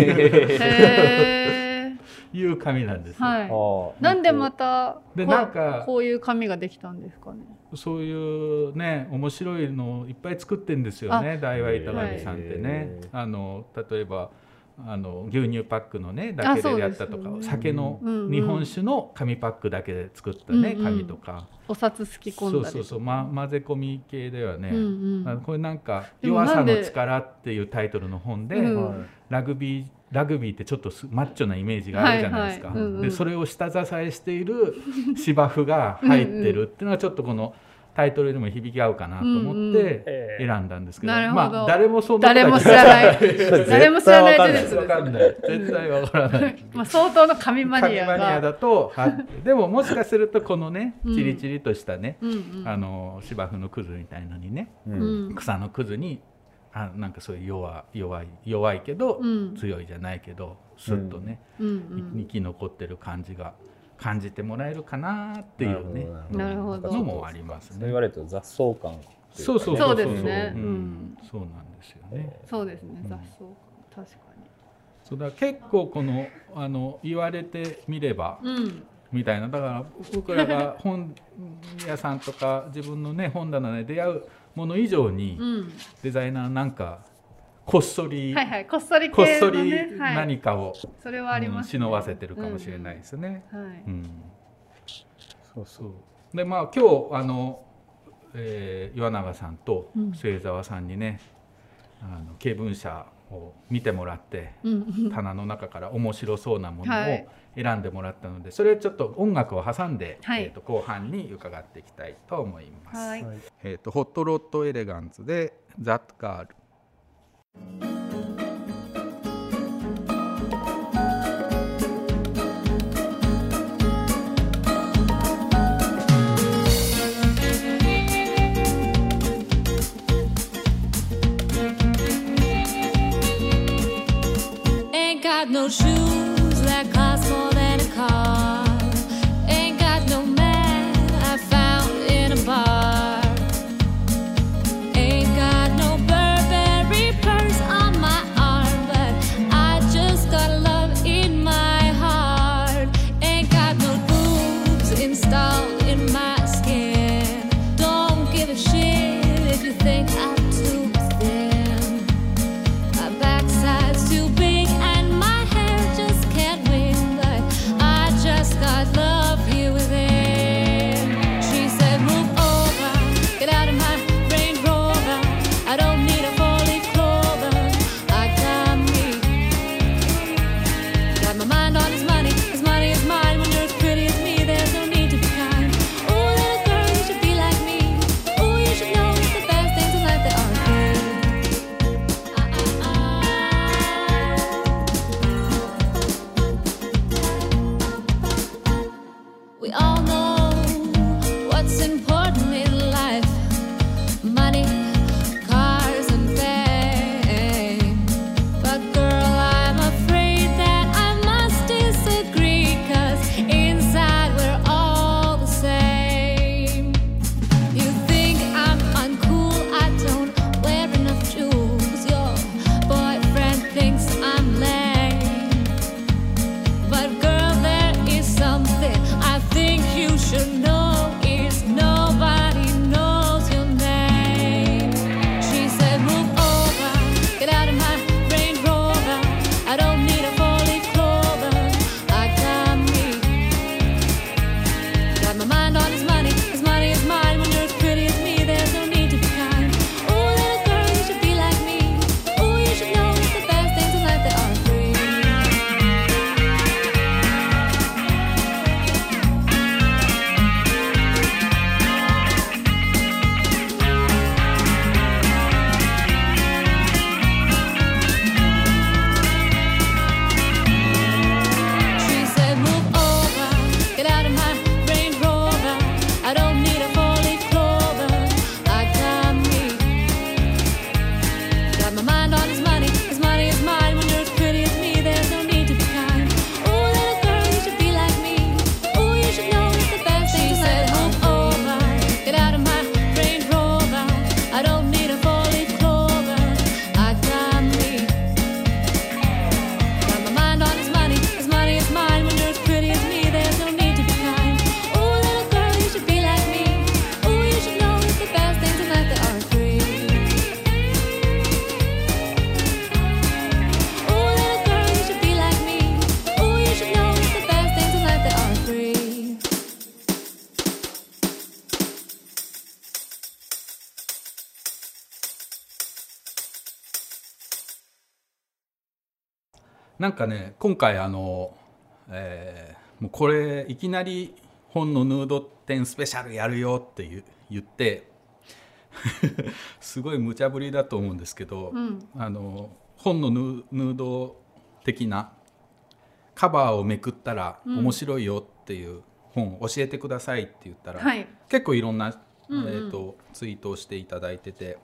へいう紙なんですよ、 はい、なんでまたでなんかこういう紙ができたんですかね。 そういうね面白いのをいっぱい作ってるんですよね大和板紙さんってね。あの例えばあの牛乳パックのねだけでやったとか、ね、酒の、うんうん、日本酒の紙パックだけで作ったね、うんうん、紙とかお札すき込んだりとかそうそうそう、ま、混ぜ込み系ではね、うんうん、これなんか「弱さの力」っていうタイトルの本で、うん、ラグビーラグビーってちょっとマッチョなイメージがあるじゃないですか、はいはいうんうん、でそれを下支えしている芝生が入ってるっていうのはちょっとこのタイトルにも響き合うかなと思って選んだんですけど、うんうん、まあ誰もそんなこと誰も知らない誰も知らないです分かんない絶対分からないまあ相当の紙マニアが紙マニアだとでももしかするとこのねチリチリとしたね、うん、あの芝生のくずみたいのにね、うん、草のくずにあなんかそういう 弱, 弱い弱いけど、うん、強いじゃないけどスッとね、うん、生き残ってる感じが感じてもらえるかなっていうねのもありますね。 そう言われると雑草感、ね、 そうそうそうですね、うん、 そうなんですよね。 そうですね、雑草感、確かに。 そうだ結構このあの言われてみれば、うん、みたいなだから僕らが本屋さんとか自分のね本棚で出会うもの以上に、うん、デザイナーなんかこっそり、 はいはい、こっそり系のね、何かを、はい、 それはありますね、 忍ばせてるかもしれないですね。 うんはいうん、 そうそうでまあ今日あの、えー、岩永さんと末澤さんにね、うん、あの経文社を見てもらって、うん、棚の中から面白そうなものを選んでもらったので、はい、それをちょっと音楽を挟んで、はい、えー、と後半に伺っていきたいと思います。はい、えー、とホットロッドエレガンツで That Girl。 Ain't got no shoes that cost more than a car. Ain't got no man I found in a bar. Ain't got no Burberry purse on my arm, but I just got love in my heart. Ain't got no boobs installed in my skin. Don't give a shit if you think I'm too thin. My backside's too big and my hair just なんかね今回あの、えー、もうこれいきなり本のヌード展スペシャルやるよって言ってすごい無茶ぶりだと思うんですけど、うん、あの本のヌード的なカバーをめくったら面白いよっていう本を教えてくださいって言ったら、はい、結構いろんな、うんうんえー、とツイートをしていただいてて、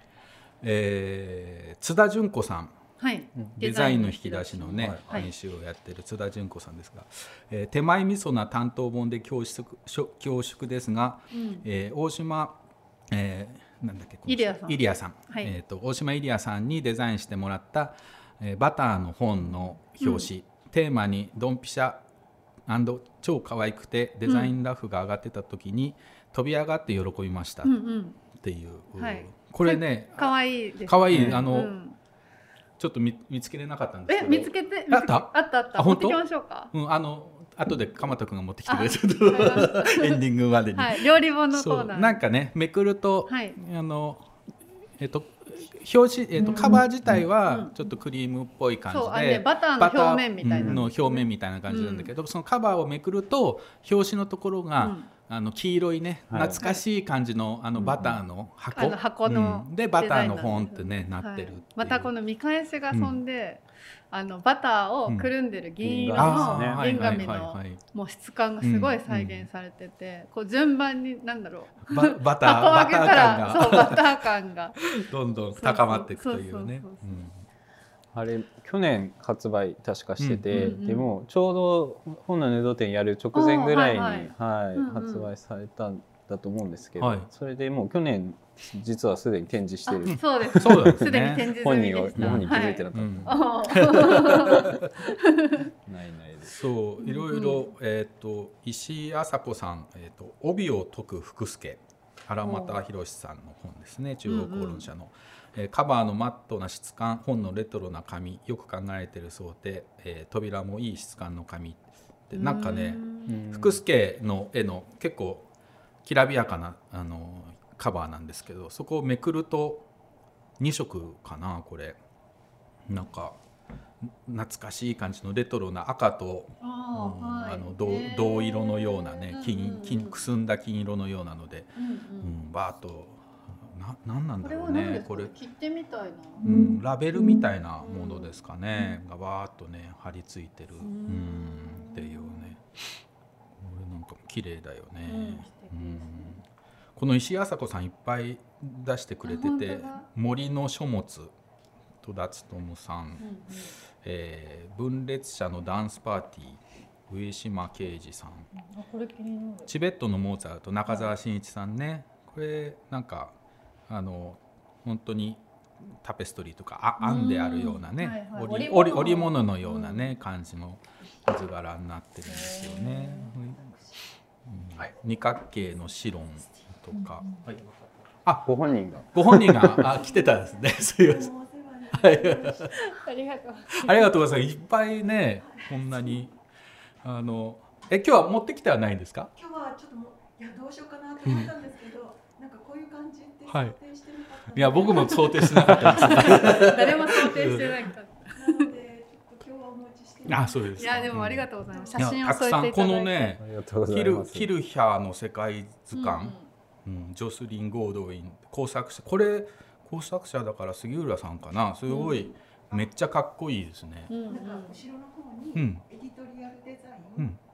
えー、津田純子さん、はい、デザインの引き出しのね、はい、編集をやってる津田純子さんですが、えー、手前味噌な担当本で恐縮、恐縮ですが、うんえー、大島、えー、なんだっけイリアさん、 イリアさん、はいえー、と大島イリアさんにデザインしてもらった、えー、バターの本の表紙、うん、テーマにドンピシャ超可愛くてデザインラフが上がってた時に、うん、飛び上がって喜びましたっていう、うんうんはい、これね可愛いですね。 可愛いあの、うんちょっと 見, 見つけれなかったんですけど。 え見つけてあったあったあった持ってきましょうか。 うんあの後で鎌田君が持ってきてくれたエンディングまでに、 はい、料理本のコーナーなんかねめくると、はい、あのえっと表紙、えっと、カバー自体はちょっとクリームっぽい感じで、 うんうんそうね、バターの表面みたいなの表面みたいな感じなんだけど、うん、そのカバーをめくると表紙のところが、うんあの黄色いね懐かしい感じの、はい、あのバターの箱、 うん、箱の、 うん、でバターの本ってねなってるっていう、はい、 またこの見返しがそんで、うん、あのバターをくるんでる銀色の銀紙のもう質感がすごい再現されてて、うん、こう順番になんだろうバ, バター箱を開けたらそうバター感がどんどん高まっていくというね。 あれ去年発売確かしてて、うんうんうん、でもちょうど本のヌード展やる直前ぐらいに、はいはいはいうんうん、発売されたんだと思うんですけど、はい、それでもう去年実はすでに展示してる。 そうです。そうですね。すでに展示済みでした。 本人気づいてなかった。はいうん、ないないです。 そういろいろ、うん、えっ、ー、と石井麻子さん、えっ、ー、と帯を解く福助、原又博さんの本ですね。中央公論社の。うんうんカバーのマットな質感、本のレトロな紙よく考えてるそうで、えー、扉もいい質感の紙ってなんかね福助の絵の結構きらびやかなあのカバーなんですけどそこをめくるとに色かなこれなんか懐かしい感じのレトロな赤とあ、うんはい、あの 銅, 銅色のようなね金金くすんだ金色のようなので、うんうんうん、バーッとななんなんだろうねこれ切手みたいな、 うん、ラベルみたいなものですかね、うん、がバーっとね貼り付いてる、うん、っていうねこれなんか綺麗だよね、うんうん、この石井麻子さんいっぱい出してくれてて森の書物戸田勉さん、うんうんえー、分裂者のダンスパーティー上島啓二さんこれ気になるチベットのモーツァルト中澤真一さんねこれなんかあの本当にタペストリーとかあ編んであるようなね、はいはい、織, 織, 織物のようなね、うん、感じの図柄になってるんですよね、うんはい、二角形のシロンとか、うんはい、 あご本人がご本人があ来てたんですねすいませんありがとうありがとうございますいっぱいねこんなにあのえ今日は持ってきてはないんですか今日はちょっともいやどうしようかなと思ったんですけど、うんなんかこういう感じって想定してなかった、はい、 いや僕も想定してなかったです誰も想定してなかったなのでちょっと今日はお持ちしてあそうです、 いやでもありがとうございます、うん、写真を添えていただいてこのねキル、キルヒャーの世界図鑑、うんうんうん、ジョスリン・ゴードウィン工作者これ工作者だから杉浦さんかなすごい、うん、めっちゃかっこいいですね、 うん、なんか後ろの方に、うん、エディトリアルデザイン、うん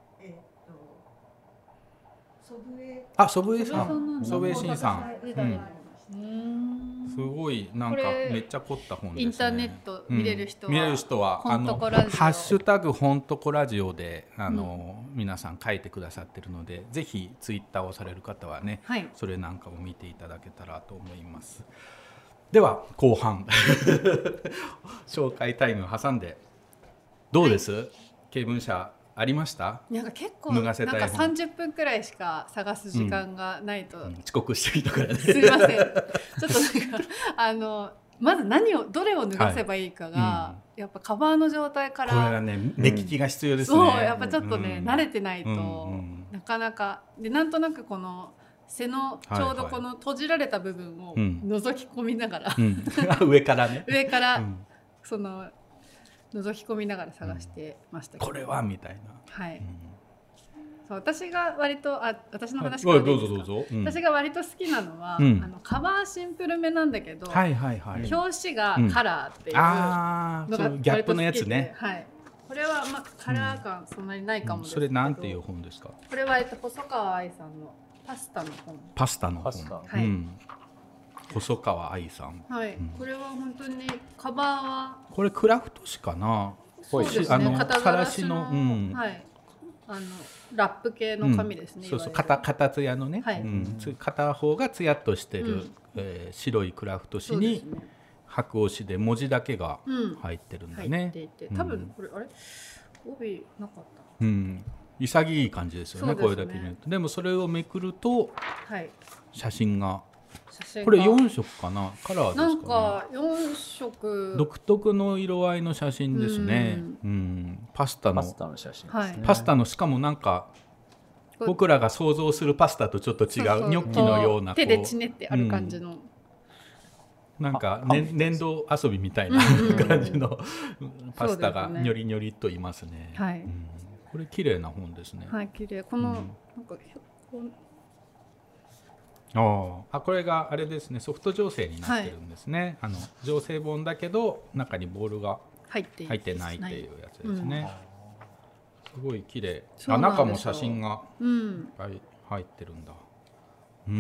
あ、祖父江さん、祖父江慎さん、うん、すごいなんかめっちゃ凝った本ですね。 インターネット見れる人は、 うん、見れる人はあのハッシュタグほんとこラジオであの、うん、皆さん書いてくださってるので、ぜひツイッターをされる方はね、はい、それなんかも見ていただけたらと思います。では後半紹介タイムを挟んでどうです？はい、経文社ありました？ なんか結構なんかさんじゅっぷんくらいしか探す時間がないと、うんうん、 遅刻してきたからねすいませんちょっとなんかあのまず何をどれを脱がせばいいかが、はい、やっぱカバーの状態からこれはね目利きが必要ですね、 そうやっぱちょっとね、うん、慣れてないと、うんうん、なかなかでなんとなくこの背のちょうどこの閉じられた部分を覗き込みながら、 はいはいうん、上からね上から、うん、その覗き込みながら探してましたけど、 これはみたいな。 はい、 うん、 そう私が割とあ私の話からでいいですか。 どうぞどうぞ、うん、 私が割と好きなのは、 うん、 あのカバーシンプルめなんだけど、 はいはいはい、 表紙がカラーっていうのが割と好きで、ギャップのやつね。 はい、これはまあカラー感そんなにないかもですけど、 うん、それなんていう本ですか？ これはえっと細川愛さんのパスタの本。 パスタの本。 タはい、うん、 細川愛さん。 はい、うん、これは本当にカバーはこれクラフト紙かな。 そうですね、 あの肩からしの、 うん、はい、あのラップ系の紙ですね。 うん、そうそう、片片ツヤのね、 はい、 うん、片方がツヤっとしてる、うん、えー、白いクラフト紙に、ね、白押しで文字だけが入ってるんだね。うん、入っていて、 多分これ、うん、あれ帯なかった。 うん、潔い感じですよね。これだけ見ると。でもそれをめくると、 はい、 写真が。これよん色かな、カラーですかね。 なんかよん色独特の色合いの写真ですね。うん、うん、パスタのパスタの写真ですね。 はい、 パスタのしかもなんか僕らが想像するパスタとちょっと違う、そうそう、ニョッキのような手でちねってある感じの、うん、 なんか、ね、粘土遊びみたいな感じのパスタがニョリニョリっといますね。 はい、 うん、これ綺麗な本ですね。 はい、綺麗。この、うん、なんかあ、これがあれですね、ソフト醸成になってるんですね。はい、あの醸成本だけど中にボールが入ってないっていうやつですね。うん、すごい綺麗。あ、中も写真が入ってるんだ。うん、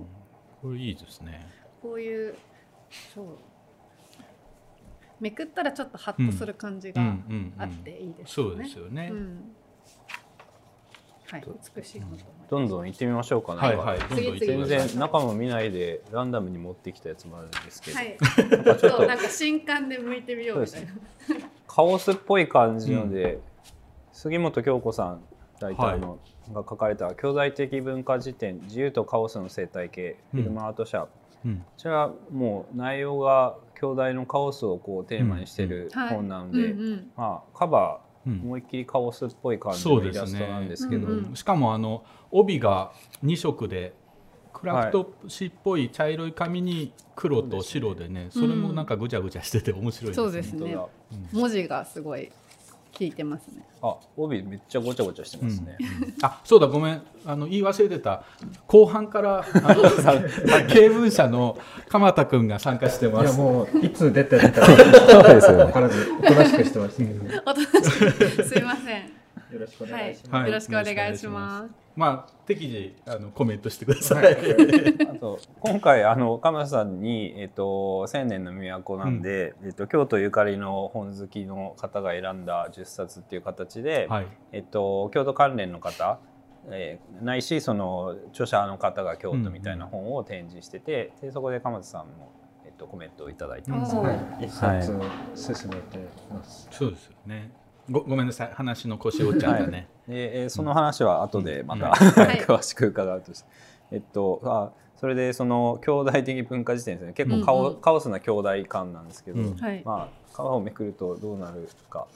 これいいですね。 こういうそうめくったらちょっとハッとする感じがあっていいですよね。 そうですよね。うん、 はい、美しいこと。 どんどん行ってみましょうかね。 はいはい、どんどん行ってみましょう。 全然中も見ないでランダムに持ってきたやつもあるんですけど、 はい、なんかちょっとなんか新刊で向いてみようみたいな。 カオスっぽい感じので、うん、杉本京子さんライターのが書かれた兄弟的文化辞典自由とカオスの生態系、フィルムアート社、うん、こちらもう内容が兄弟のカオスをこうテーマにしてる本なので、うんうん、まあカバー思いっきりカオスっぽい感じのイラストなんですけど、 うんうん、しかもあの帯がに色でクラフト紙っぽい茶色い紙に黒と白でね、それもなんかぐちゃぐちゃしてて面白いですね。 そうですね、うん、文字がすごい効いてますね。 あ、帯めっちゃごちゃごちゃしてますね。 うんうん、あ、そうだ、ごめん、あの言い忘れてた。後半からあの経文社の鎌田くんが参加してます。 いやもういつ出てるかそうですよね。おとなしくしてました。 おとなしく、すいません。 よろしくお願いします。 はい、よろしくお願いします。 まあ適時あのコメントしてください。 あと今回あの鎌田さんにえっ、ー、と千年の都なんで、うん、えっ、ー、と京都ゆかりの本好きの方が選んだじゅっさつっていう形で、はい、えっ、ー、と京都関連の方、えー、ないしその著者の方が京都みたいな本を展示してて、うんうん、でそこで鎌田さんもえっ、とコメントをいただいてます。 はい、一冊進めてます。 そうですよね。ご, ごめんなさい、話の腰折っちゃったね。 はい、でその話は後でまた、うん、詳しく伺うとして、えっとあそれでその兄弟的文化辞典ですね。結構カオ、うんうん、カオスな兄弟感なんですけど、うん、まあ皮をめくるとどうなるか。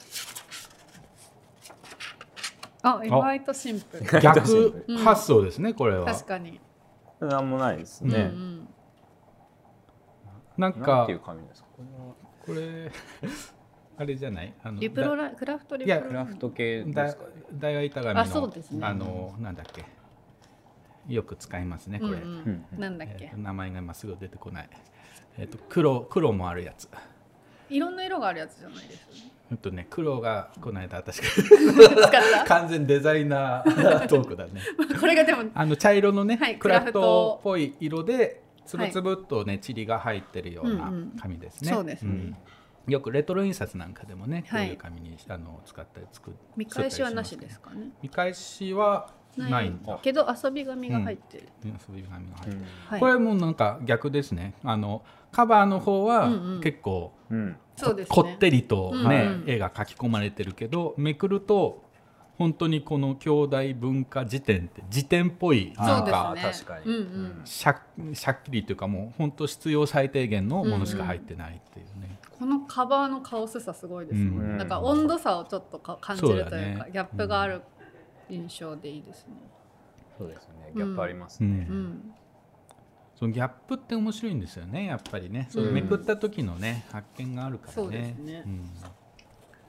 あ、意外とシンプル。 逆発想ですね、これは。 確かに。 なんもないですね。うんうん、 なんかなんていう紙ですか。 これあれじゃない？あのリプロラクラフトリプロラクラフト系ですかね。 大和板紙の あ, そうです、ね、あのなんだっけ、よく使いますねこれ。うんうん、なんだっけ、 えー、名前が今すぐ出てこない。えっ、ー、と黒黒もあるやつ。 いろんな色があるやつじゃないですよね。 えっとね、黒がこの間私完全デザイナートークだね。 これがでもあの茶色のね、はい、クラフトっぽい色でつぶつぶっとね、はい、塵が入ってるような紙ですね。 うんうん、そうですね。うんよくレトロ印刷なんかでもね、こういう紙にあの使ったり作っ見返しはなしですかね。 見返しはないんだけど遊び紙が入ってる、 うん、遊び紙が入ってる、うん、これもなんか逆ですね。あのカバーの方は結構、うんうん、こ, ね、こってりとね、うんうん、絵が描き込まれてるけど、めくると本当にこの兄弟文化辞典って辞典っぽいなんか、 ね、 確かに、 うんうん、 しゃしゃっきりというかもう本当必要最低限のものしか入ってないっていうね、うんうん、 このカバーのカオスさすごいですね、うん、なんか温度差をちょっとか感じるというか、ね、ギャップがある印象でいいですね。 そうですね、ギャップありますね、うんうん、 そのギャップって面白いんですよね、やっぱりね。そのめくった時のね、発見があるからね。 そうですね、 うん、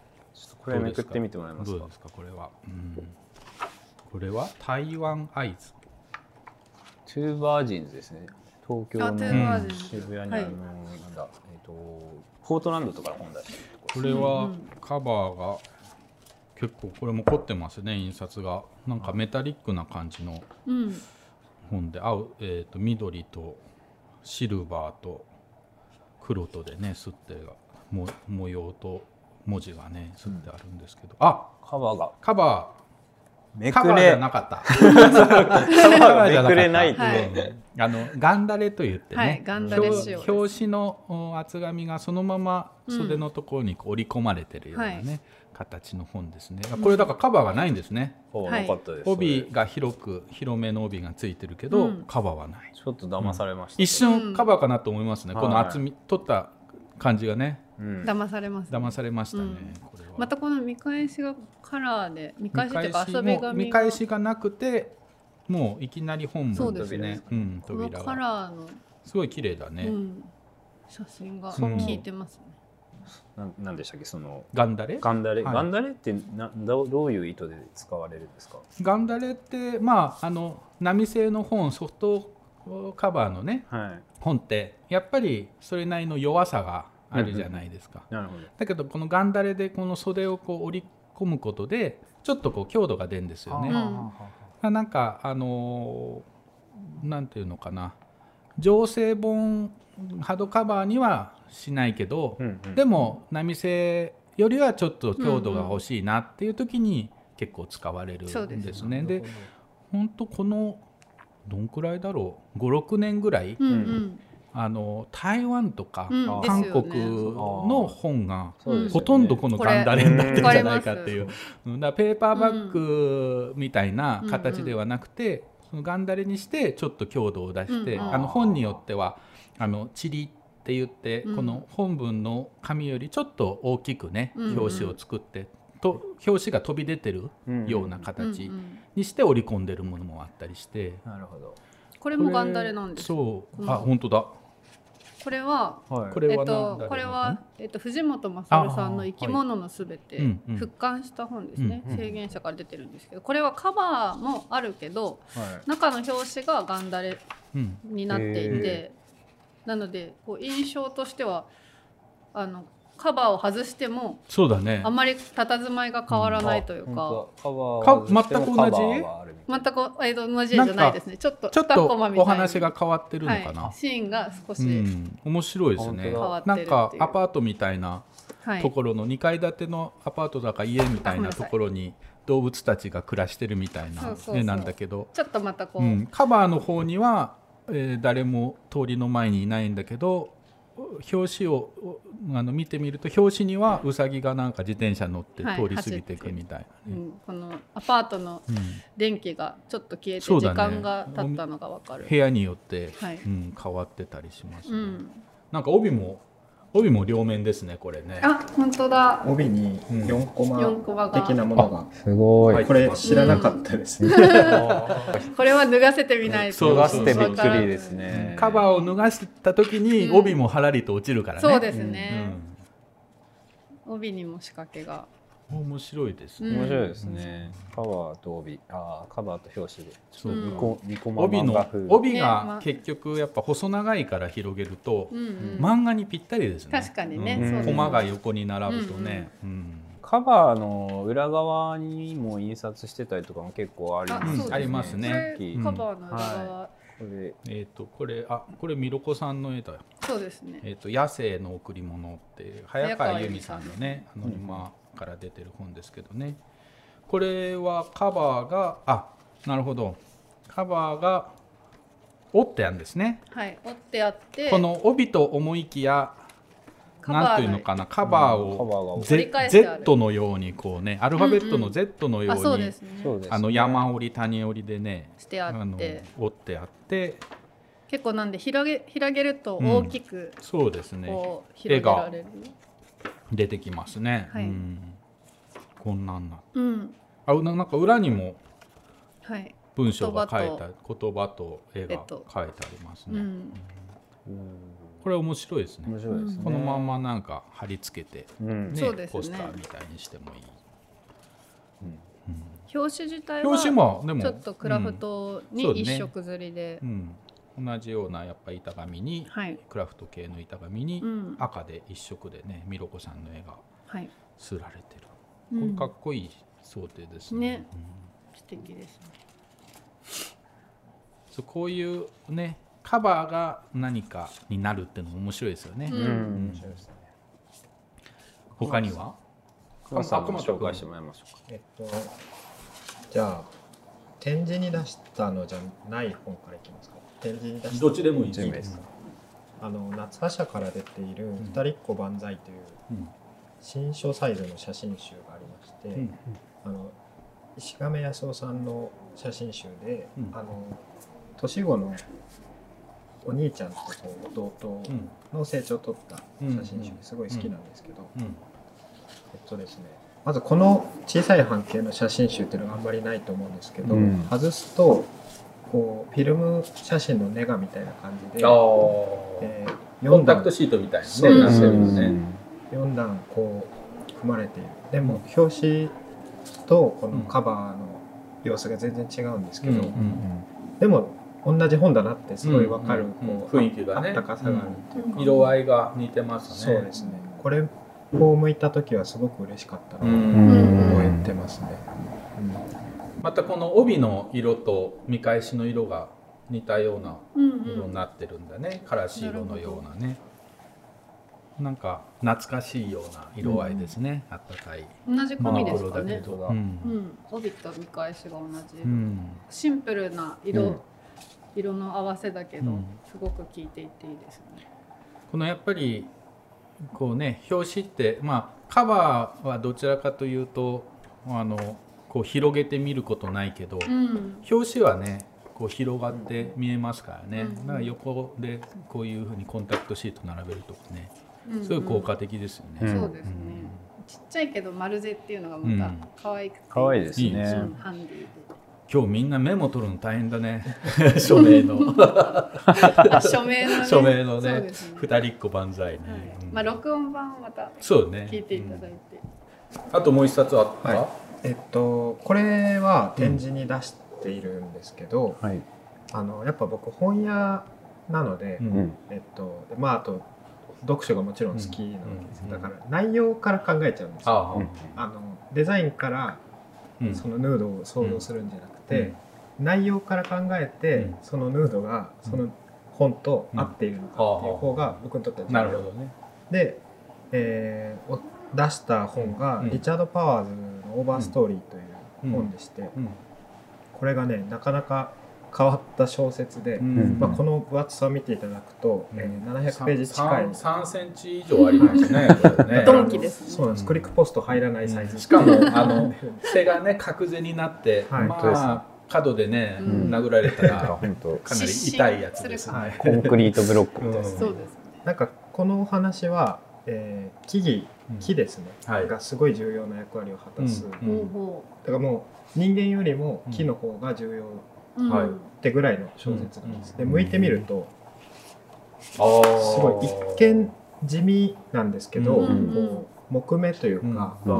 これめくってみてもらえますか。 どうですかこれは、うん、これは台湾アイズトゥーバージンズですね。東京の渋谷にある、はい、なんだ、えー、とポートランドとかの本出してるところ。 これはカバーが結構これも凝ってますね。印刷がなんかメタリックな感じの本で、うん、青、えー、と緑とシルバーと黒とでね、すっても模様と文字がねすってあるんですけど、うん、あカバーがカバーめくれカバーじゃなかったカバーめくれないって、 はいうん、あのガンダレと言ってね、 はい、ガンダレ仕様表紙の厚紙がそのまま袖のところにこう織り込まれてるようなね、はい、形の本ですね。これだからカバーがないんですね、 うん、なかったです。 帯が広く広めの帯がついてるけど、うん、カバーはない。 ちょっと騙されました、 うん、一瞬カバーかなと思いますね、うん、この厚み、はい、取った感じがね、 うん、騙されます、ね、 騙されましたね、うん、これはまたこの見返しがカラーで見返しっていうか遊び紙が見返しがなくてもういきなり本文ですね。 うん、このカラーのすごい綺麗だね、 うん、写真が効いてますね。 な, なんでしたっけそのガンダレガンダレ、はい、ガンダレってな ど, どういう意図で使われるんですか。 ガンダレってまああの波製の本ソフトカバーのね、はい、本ってやっぱりそれなりの弱さがあるじゃないですか、 うんうん、なるほど。 だけどこのガンダレでこの袖をこう織り込むことでちょっとこう強度が出るんですよね。なんかあのー、なんていうのかな、上製本ハードカバーにはしないけど、うんうん、でも波製よりはちょっと強度が欲しいなっていう時に結構使われるんですね。で本当このどんくらいだろうごろくねんぐらい、うんうん、あの台湾とか、うん、韓国の本が、うん、ほとんどこのガンダレになってるんじゃないかっていう、だからペーパーバッグみたいな形ではなくて、うん、そのガンダレにしてちょっと強度を出して、うん、あの本によってはあのチリって言って、うん、この本文の紙よりちょっと大きくね、うん、表紙を作ってと表紙が飛び出てるような形にして織り込んでるものもあったりして、 なるほど。 これもガンダレなんです。 そう、あ、本当だ。 これは、 はい、これは、えっと、 これは、えっと、藤本勝さんの生き物のすべて、はい、復刊した本ですね、うんうん、制限者から出てるんですけど、これはカバーもあるけど、はい、中の表紙がガンダレになっていて、うん、なのでこう印象としてはあのカバーを外してもそうだね、 あんまり佇まいが変わらないというか、うん、 カバー全く同じ全く、えー、同じ絵じゃないですね。ちょっとちょっとお話が変わってるのかな、 はい、シーンが少し、うん、 面白いですね。なんかアパートみたいなところのにかい建てのアパートだか家みたいなところに動物たちが暮らしてるみたいな絵なんだけど、 ちょっとまたこう、 うん、カバーの方には、えー、誰も通りの前にいないんだけど、表紙をあの見てみると表紙にはウサギがなんか自転車乗って通り過ぎていくみたいな、ね、 はい、うん、このアパートの電気がちょっと消えて時間が経ったのが分かる、 ね、部屋によって、はい、うん、変わってたりしますね、うん、なんか帯も帯も両面ですねこれね。 あ、本当だ。 帯によんコマ的なものが、 すごい。 これ知らなかったですね、うん、 これは脱がせてみないと。 脱がせてびっくりですね。 カバーを脱がした時に帯もはらりと落ちるからね、 うん、そうですね、うん、帯にも仕掛けが面白いですね、 うん、面白いですね。カバーと帯、あカバーと表紙でそうにこ、にこま帯の帯が結局やっぱ細長いから広げると、ね、漫画にぴったりですね。 確かにね、 うん、コマが横に並ぶとね、うんうんうん、 カバーの裏側にも印刷してたりとかも結構ありますね、 うん、ありますね。 カバーの裏側、はい、 これえっとこれあこれミロコさんの絵だよ。 そうですね。 えっと野生の贈り物って早川由美さんのね、あの今から出てる本ですけどね。これはカバーがあなるほどカバーが折ってあるんですね。 はい、折ってあってこの帯と思いきやなんていうのかな、カバーを Z のようにこうね、アルファベットの Z のようにあの山折り谷折りでねしてあって、 折ってあって結構なんで広げ広げると大きく、うん、 そうですね、絵が出てきますね、はい、うん、こんなんなって、うん、あなんか裏にも文章が書いてある、言葉と絵が書いてありますね、うん、 これ面白いですね。 面白いですね。 このままなんか貼り付けて、 うんね、 そうですね、 ポスターみたいにしてもいい。 うん、表紙自体は表紙もでもちょっとクラフトに一色刷りで、 うんねうん、同じようなやっぱ板紙に、はい、クラフト系の板紙に赤で一色でね、ミロコさんの絵が刷られてる、はい、これかっこいい想定ですね。 ね、うん、素敵ですね。 そうこういうねカバーが何かになるっていうのも面白いですよね。うんうん、面白いですね。他には？ 熊さんも紹介してもらいましょうか。 えっとじゃあ展示に出したのじゃない本からいきますか。展示に出したどっちでもいいですか。 あの夏葉社から出ている「二人っ子万歳」という新書サイズの写真集がありまして、うん、あの石亀康夫さんの写真集で、うん、あの年子のお兄ちゃんと弟の成長を撮った写真集ですごい好きなんですけど、えっとですね、まずこの小さい半径の写真集っていうのがあんまりないと思うんですけど、うん、外すとこうフィルム写真のネガみたいな感じで、 えー、コンタクトシートみたいになってるんですね。 よん段こう組まれている。でも表紙とこのカバーの様子が全然違うんですけど、うんうんうん、でも同じ本だなってすごい分かる、 うんうんうん、雰囲気がね、 あったかさがあるっていうか、 うん、色合いが似てますね。 そうですね。これを向いた時はすごく嬉しかったなと思ってますね。 うんうん、またこの帯の色と見返しの色が似たような色になってるんだね、うんうん、からし色のようなね、なんか懐かしいような色合いですね、うん、あったかい同じ紙ですかね、 うんうん、帯と見返しが同じ色、うん、シンプルな色、うん、色の合わせだけど、うん、すごく効いていていいですね。 このやっぱりこうね表紙ってまあカバーはどちらかというとあのこう広げて見ることないけど、うん、表紙はねこう広がって見えますからね、うん、だから横でこういうふうにコンタクトシート並べるとかね、うん、すごい効果的ですよね、 うん、そうですね、うん、ちっちゃいけど丸ぜっていうのがまた可愛くて、 可愛いですね、 ハンディで今日みんなメモ取るの大変だね署名の署名のね署名のね二人っ子万歳ね、はいうん、まあ録音版またそうね聞いていただいて、 うん、あともう一冊あった、 はい、えっとこれは展示に出しているんですけど、うんはい、あのやっぱ僕本屋なので、うん、えっとまああと読書がもちろん好きなわけです、うん、だから内容から考えちゃうんですよ、うん、あのデザインからそのヌードを想像するんじゃなくて、うん、内容から考えて、うん、そのヌードがその本と合っているのかっていう方が僕にとっては重要、 なるほどね。 で、えー、出した本がリチャード・パワーズのオーバーストーリーという本でして、うんうん、これがねなかなか変わった小説で、うんまあ、この分厚さを見ていただくと、うんえー、ななひゃくページ近いさんセンチ以上ありますねねドンキですね。 そうなんです、クリックポスト入らないサイズ、うん、 しかもあの背がね角背になって、はい、まあ角でね、うん、殴られたらかなり痛いやつですね、はい、 コンクリートブロックです、 ね、そうですね。 なんかこのお話は、えー、木々木ですね、うんはい、がすごい重要な役割を果たす、うんうん、だからもう人間よりも木の方が重要、うんはい、ってぐらいの小説なんです、うん、で向いてみると、うん、すごい一見地味なんですけど、うん、こう木目というか、うん、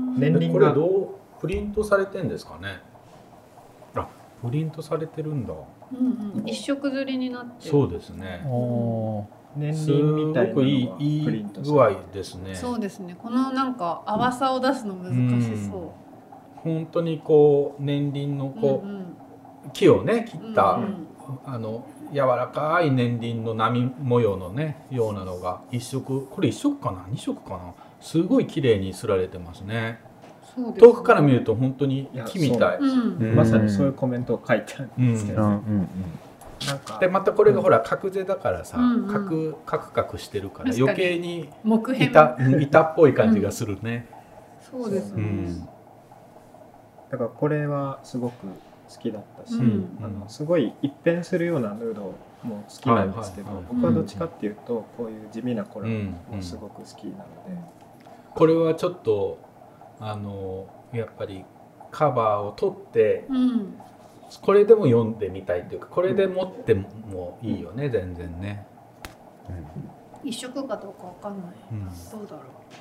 年輪がこれどうプリントされてんですかね。あ、プリントされてるんだ、 うんうん、一色刷りになってる。 そうですね、 年輪みたいなのがプリントされてる。 いい具合ですね。 そうですね。このなんか淡さを出すの難しそう、うん、 本当にこう年輪のこう、うんうん、木をね切った、うんうん、あの柔らかい年輪の波模様のねようなのが一色、これ一色かなに色かな、すごい綺麗に刷られてますね。そうですね、遠くから見ると本当に木みたい、 うん、まさにそういうコメントを書いてあるんですけど、うんうんうん、 なんかでまたこれがほら角背だからさ、うんうん、カクカクカクしてるから余計に板板っぽい感じがするね、 うん、そうですね、うん、 だからこれはすごく好きだったし、うん、あのすごい一変するようなヌードも好きなんですけど、はいはいはい、僕はどっちかっていうとこういう地味なコラムもすごく好きなので、うんうん、 これはちょっとあのやっぱりカバーを取って、うん、これでも読んでみたいというかこれで持ってもいいよね、うん、全然ね。 一色かどうかわかんない、うん、どうだろう。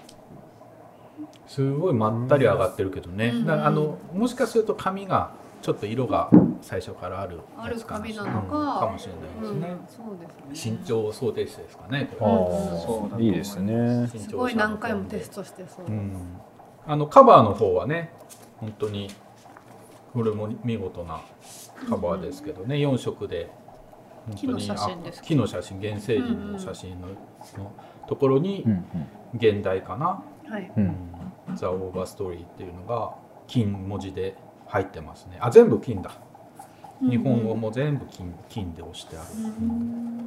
すごいまったり上がってるけどね、うん、だからあのもしかすると紙がちょっと色が最初からあるある紙なのか、 うん、かもしれないですね、うん、 そうですね。 身長想定値ですかね。 ああ、そういいですね。 すごい何回もテストしてそう、うん、 あのカバーの方はね本当にこれも見事なカバーですけどね、うん、よん色で木の写真ですか。 木の写真、原生林の写真 の,、うん、のところに現代かな、はいうん、ザ・オーバーストーリーっていうのが金文字で入ってますね。あ、全部金だ。日本語も全部 金, 金で押してある、うん、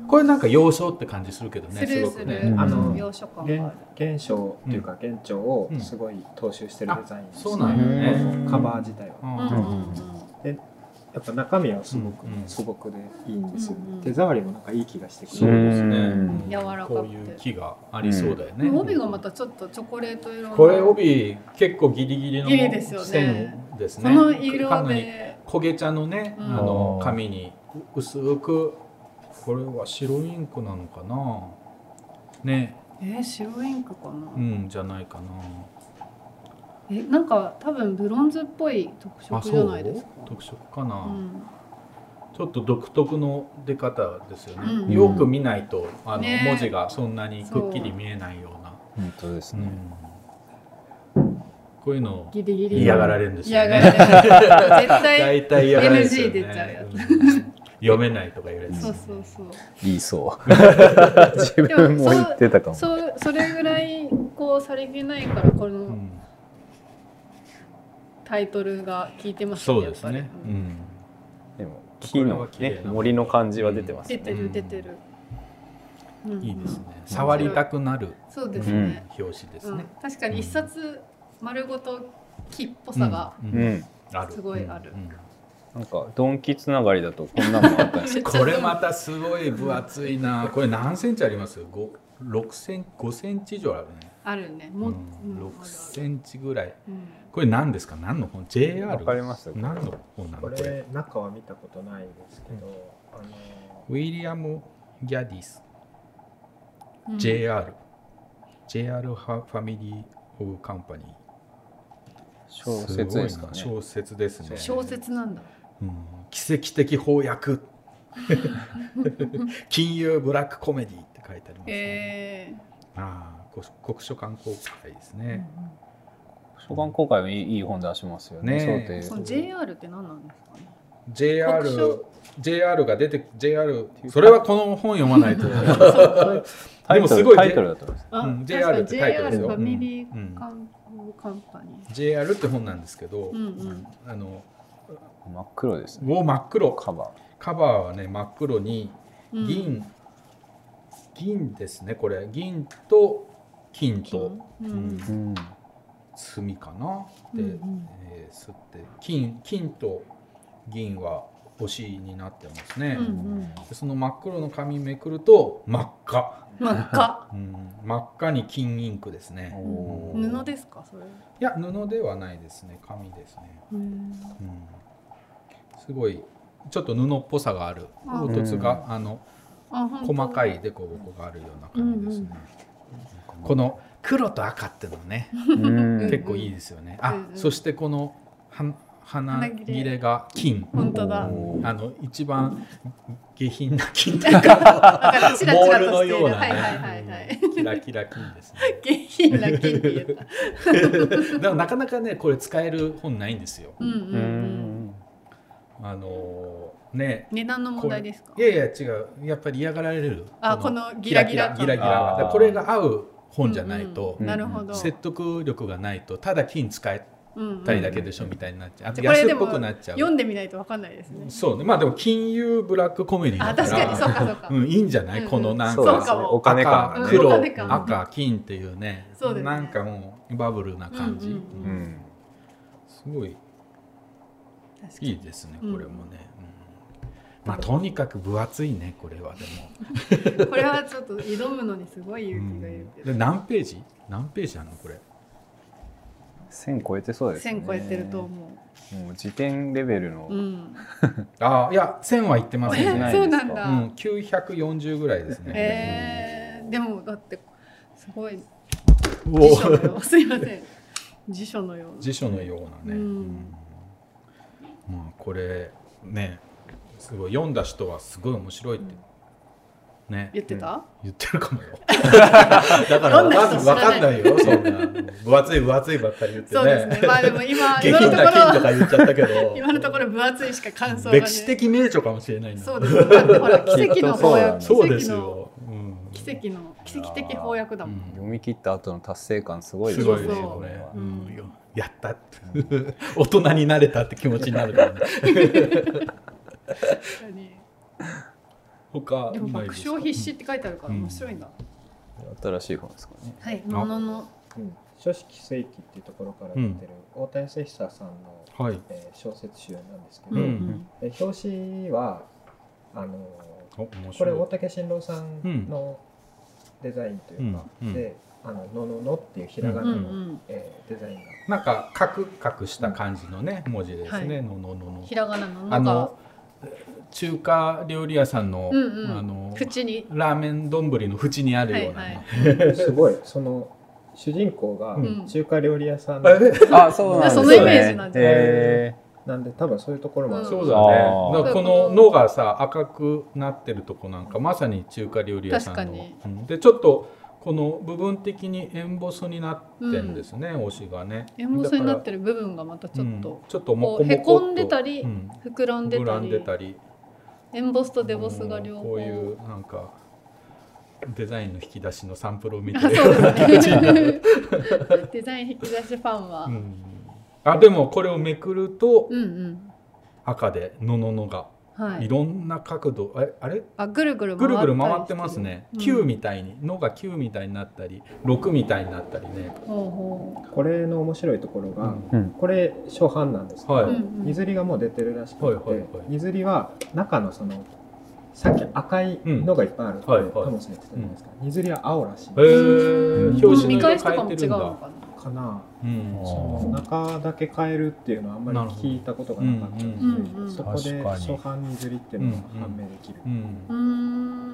これなんか洋書って感じするけどね。すごくね、 あの原書っていうか原調をすごい踏襲してるデザインです、ね、 そうなんよね。 カバー自体は、うんうん、でやっぱ中身はすごく、うん、素朴でいいんですよ、ね、うん、手触りもなんかいい気がしてくる。 そうですね、うん、 柔らかくてこういう木がありそうだよね、 うん、帯がまたちょっとチョコレート色の、 これ帯結構ギリギリの線ですね。 この色で焦げ茶のね、うん、あの紙に薄く、これは白インクなのかなね。 えー、白インクかな。 うんじゃないかな。 え、なんか多分ブロンズっぽい特色じゃないですか。 特色かな、うん、ちょっと独特の出方ですよね、うん、よく見ないとあの、ね、文字がそんなにくっきり見えないような。 本当ですね、 うん、こういうのギリギリ嫌がられるんですよね。 絶対大体嫌がられるんですよね。 エヌジー 出ちゃうやつ、 うん、読めないとか言われて、 そうそうそう言いそう自分も言ってたかも。 そ そ, それぐらいこうさりげないからこの、うん、タイトルが効いてますね。 そうですね、うん、 でも木の、ね、森の感じは出てますね、 うん、出てる出てる、 うん、いいですね。触りたくなるそうですね、 表紙ですね、 うん、確かに一冊丸ごと木っぽさがすごいある、 なんかドンキつながりだとこんなのもあったんですこれまたすごい分厚いな。これ何センチあります？ろくセンチ、ごセンチ以上あるね。 あるね。もう、 うん、ろくセンチぐらい、うん、これ何ですか？何の本？ ジェイアール？ わかります？ 何の本なの？ これ中は見たことないですけど、うん、あのウィリアム・ギャディス、うん、ジェイアール ジェイアール ファミリー・オブ・カンパニー。 小説ですかね。 小説ですね。 小説なんだ、 うん、奇跡的翻訳金融ブラックコメディって書いてありますね、えー、ああ、国書観光会ですね、 うんうん、国書観光会はいい、いい本出しますよね。 ね、その ジェイアール って何なんですかね。 ジェイアール ジェイアール が出て ジェイアール それはこの本読まないとでもすごいタイトルだと思います、 うん、ジェイアール ってタイトルですよ。 ジェイアール ファミリーカンカンパニージェイアール って本なんですけど、 うんうん、 あの真っ黒ですね。 もう真っ黒。 カバーカバーはね真っ黒に銀、うん、銀ですね。これ銀と金と金、うんうん、墨かなで、うんうん、えー、吸って金金と銀は星になってますね、うんうん、でその真っ黒の紙めくると真っ赤真っ赤、 うん、真っ赤に金インクですね。 布ですかそれ？いや布ではないですね。紙ですね、うんうん、すごいちょっと布っぽさがある凹凸が、うん、あのあ細かいデコボコがあるような感じですね、うんうん、この黒と赤っていうのね、うん、結構いいですよね。あ、うん、そしてこのは花切れが金。 本当だ。あの一番下品な金というかボールのような、ね、はいはいはいはい、キラキラ金ですね。 下品な金って言った。 でもなかなかねこれ使える本ないんですよ。 うんうんうん、 あのー、ね。 値段の問題ですか？ いやいや違う。やっぱり嫌がられる。 あ、このギラギラギラギラがこれが合う本じゃないと、 うんうん、なるほど。 説得力がないとただ金使えたいだけでしょみたいになっちゃう。あと安っぽくなっちゃう。 読んでみないと分かんないですね。 そうね。まあでも金融ブラックコメディだから。 あ、確かにそうかそうか。 うん、いいんじゃない？うん、このなんか、 そうかもお金感赤黒、うん、赤金っていうね。 そうですね。 なんかもうバブルな感じ。うんうんうん、すごいいいですねこれもね。うん、まあとにかく分厚いねこれはでも。これはちょっと挑むのにすごい勇気がいるけど。 うん、で何ページ？何ページあるのこれ？ 千超えてそうですね。 千超えてると思う。もう辞典レベルの。うん、 あ、いや千はいってませんね。 そうなんだ。 うん、きゅうひゃくよんじゅうぐらいですね。 へでもだってすごい辞書のようすいません辞書のような辞書のようなね、うんうん、まあこれねすごい読んだ人はすごい面白いって、うん、ね言ってた、うん、 言ってるかもよだからまず分かんないよそんな分厚い分厚いばっかり言ってね。 そうですね。まあでも今下品な金とか言っちゃったけど今のところ分厚いしか感想が、ね、 歴史的名著かもしれないんだ。 そうですね。だってほら奇跡の翻訳そうですよ、うん、 奇跡の奇跡的翻訳だもん、うん、 読み切った後の達成感すごいですよね。すごいですよね、うん、やったって大人になれたって気持ちになるからね他でも爆笑必至って書いてあるから面白いんだ、 うん、新しい本ですかね。 はい、ものの書式世紀っていうところから出てる、うん、太田康久さんの、はいえー、小説集なんですけど、うんうん、表紙はあのこれ大竹新郎さんのデザインというか、うん、であののののっていうひらがなの、うんうんえー、デザインがなんかカクカクした感じのね、うん、文字ですね、はい、ののののひらがなののあの中華料理屋さんの、うんうん、あの縁にラーメン丼の縁にあるような、ねはいはい、すごいその主人公が中華料理屋さんの、 うん、あそうなんですね。 そのイメージなんじゃないですか。なんで多分そういうところもある、 うん、そうだね。だからこののがさ赤くなってるとこなんかまさに中華料理屋さんの、うん、でちょっとこの部分的にエンボスになってんですね、うん、推しがね。 エンボスになってる部分がまたちょっと、うん、 ちょっともこもこっとへこんでたり、うん、膨らんでたり、 膨らんでたりエンボスとデボスが両方、 こういうなんかデザインの引き出しのサンプルを見てるデザイン引き出しファンは、うん、 あでもこれをめくると、うんうん、赤でのののが、はい、いろんな角度あれあれあぐるぐるぐるぐる回ってますね、うん、きゅうみたいにのがきゅうみたいになったりろくみたいになったりね。 ほうほうこれの面白いところが、うん、これ初版なんですけど、はい、にずりがもう出てるらしくて、はいはいはい、にずりは中のそのさっき赤いのがいっぱいあるって、うんはいはい、タモさん言ってたじゃないですか、うん、にずりは青らしいんです。へー、表紙見返しとかも違うのかなかな、うん、その中だけ変えるっていうのはあんまり聞いたことがなかったので、そこで初版にずりっていうのが判明できる。 うん、うん、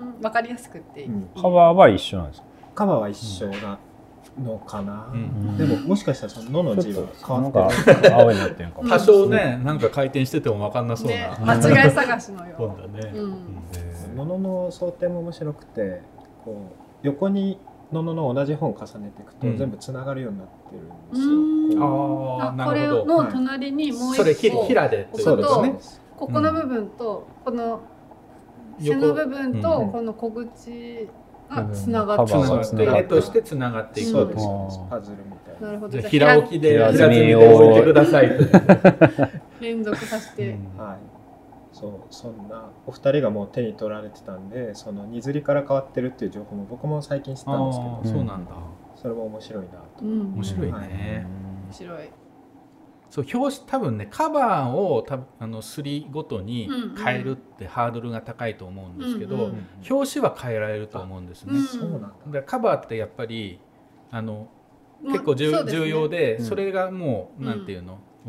分かりやすくていい、うん、 カバーは一緒なんですか？ カバーは一緒なのかな、うん、でももしかしたらそののの字は変わってる青になってるかも多少ねなんか回転してても分かんなそうな、 ね、間違い探しのようだね、うんののの想定も面白くてこう横にののの同じ本を重ねていくと、うん、全部つながるようになってるんですよ。 こああこれの隣にもう一個、 はい、それひらでってことですね。 ここの部分とこの背の部分とこの小口がつながっていく、 絵としてつながっていく。 そうです。パズルみたいな。 なるほど。 じゃ平置きで平積みで置いてくださいと連続させて、 うん、はい。そうそんなお二人がもう手に取られてたんで、そのにずりから変わってるっていう情報も僕も最近知ったんですけど、 そうなんだ。 それも面白いなと、 うん、 面白いね、はい、 面白い。 そう表紙多分ねカバーをたあのすりごとに変えるってハードルが高いと思うんですけど、うんうん、表紙は変えられると思うんですね、うん、 そうなんだ。 だカバーってやっぱりあの結構重、ね、重要で、それがもう、うん、なんていうの、うん、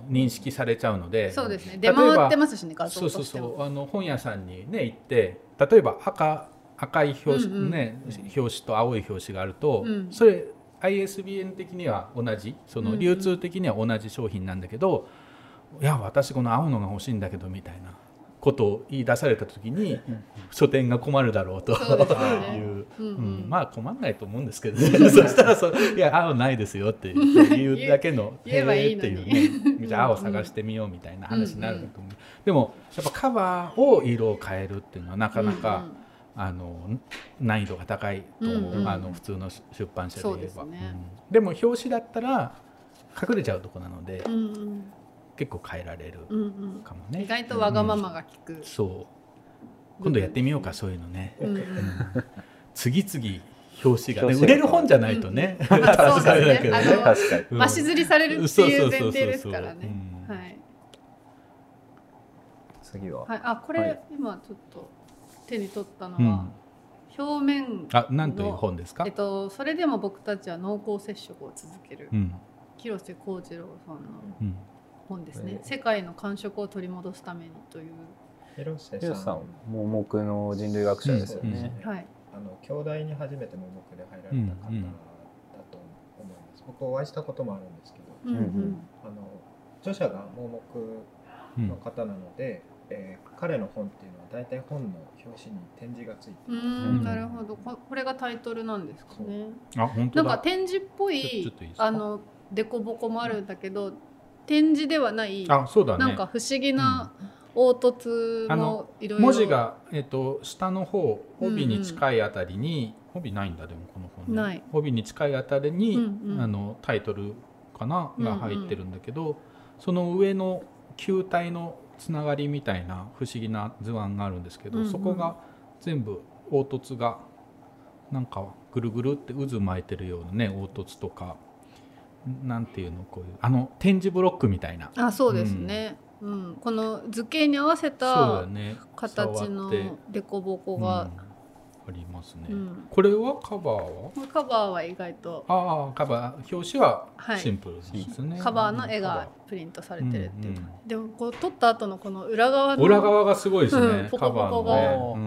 認識されちゃうので、 そうですね、出回ってますしね、画像としても。 そうそうそう、あの本屋さんにね行って例えば赤赤い表紙、うんうんね、表紙と青い表紙があると、うん、それ アイエスビーエヌ 的には同じ、その流通的には同じ商品なんだけど、うんうん、いや私この青のが欲しいんだけどみたいなことを言い出された時に、うん、書店が困るだろうという、うんうん、まあ困んないと思うんですけどねそしたらそいや青ないですよっていうだけの言えばいいのに、 っていうね、じゃあ青探してみようみたいな話になると思う、うんうん、でもやっぱカバーを色を変えるっていうのはなかなか、うんうん、あの難易度が高いと思う、うんうん、あの普通の出版社で言えば、ね、うん、でも表紙だったら隠れちゃうとこなので、うんうん、結構変えられるかもね、 うんうん、意外とわがままが効く、 うん、そう今度やってみようか、そういうのね、うんうん、次々表紙が、ね、売れる本じゃないとね、 そうですね、増し刷りされるっていう前提ですからね。 次は、 はい、あこれ、はい、今ちょっと手に取ったのは、うん、表面のあ何という本ですか？ えっと、それでも僕たちは濃厚接触を続ける、うん、広瀬幸次郎さんの本ですね、うん、世界の感触を取り戻すためにという。 広瀬さん、盲目の人類学者ですよね、 うんうん、はい、 ああの京大に初めて盲目で入られた方だと思います、うんうん、僕お会いしたこともあるんですけど、うんうん、あの著者が盲目の方なので、うんえー、彼の本っていうのは大体本の表紙に展示がついてる、 うん、なるほど。これがタイトルなんですかね。 あ、本当だ。 なんか展示っぽいあのデコボコもあるんだけど、展示ではない、 あ、そうだね、 なんか不思議な凹凸もいろいろ、 文字が、えー、と下の方帯に近いあたりに、うんうん、帯ないんだでもこの本、ね、 ない帯に近いあたりに、 うんうん、 あのタイトルかなが入ってるんだけど、うんうん、その上の球体のつながりみたいな不思議な図案があるんですけど、うんうん、そこが全部凹凸がなんかぐるぐるって渦巻いてるようなね凹凸とか、なんていうの、こういうあの展示ブロックみたいな、 あ、そうですね、うんうん、この図形に合わせた形のデコボコが、うん、 ありますね、うん、これはカバーはカバーは意外と、 ああ、カバー表紙はシンプルですね、 はい、カバーの絵がプリントされてるっていう、うんうん、でもこう撮った後のこの裏側の裏側がすごいですね、うん、 ポコポコが、ね、うん、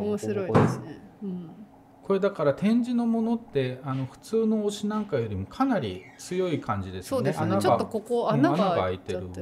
面白いですね、うん、 これだから展示のものってあの普通の推しなんかよりもかなり強い感じですよね。 そうですね、ちょっとここ穴が開いてる、うん、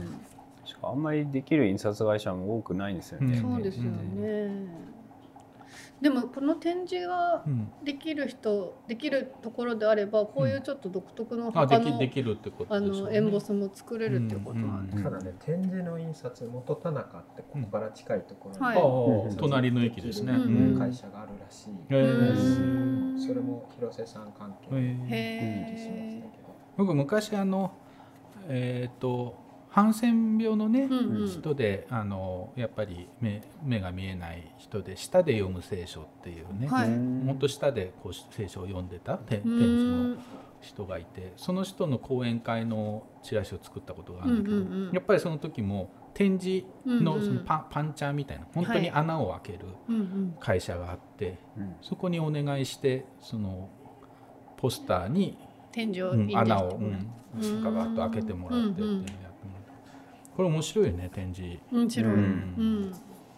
しかもあんまりできる印刷会社も多くないんですよね、 うん、そうですよね、うん、でもこの展示ができる人、うん、できるところであればこういうちょっと独特の他の、 うん、できるってことですよね、 あのエンボスも作れるっていうことなんです、 うんうん、ただね、展示の印刷元田中ってここから近いところに、うんはい、隣の駅ですね、 うん、会社があるらしい、うん、それも広瀬さん関係にしましたけど、 僕昔あのえっ、ー、とハンセン病の、ねうんうん、人であのやっぱり 目, 目が見えない人で下で読む聖書っていうね、はい、もっと下でこう聖書を読んでた展示の人がいて、その人の講演会のチラシを作ったことがあるんだけど、うんうんうん、やっぱりその時も展示 の, その パ, パンチャーみたいな本当に穴を開ける会社があって、はいうんうん、そこにお願いしてそのポスターに天井、 うん、穴を、うん、ガガッと開けてもらってっていうのをやってもらって、これ面白いね展示。 面白い、うんうん、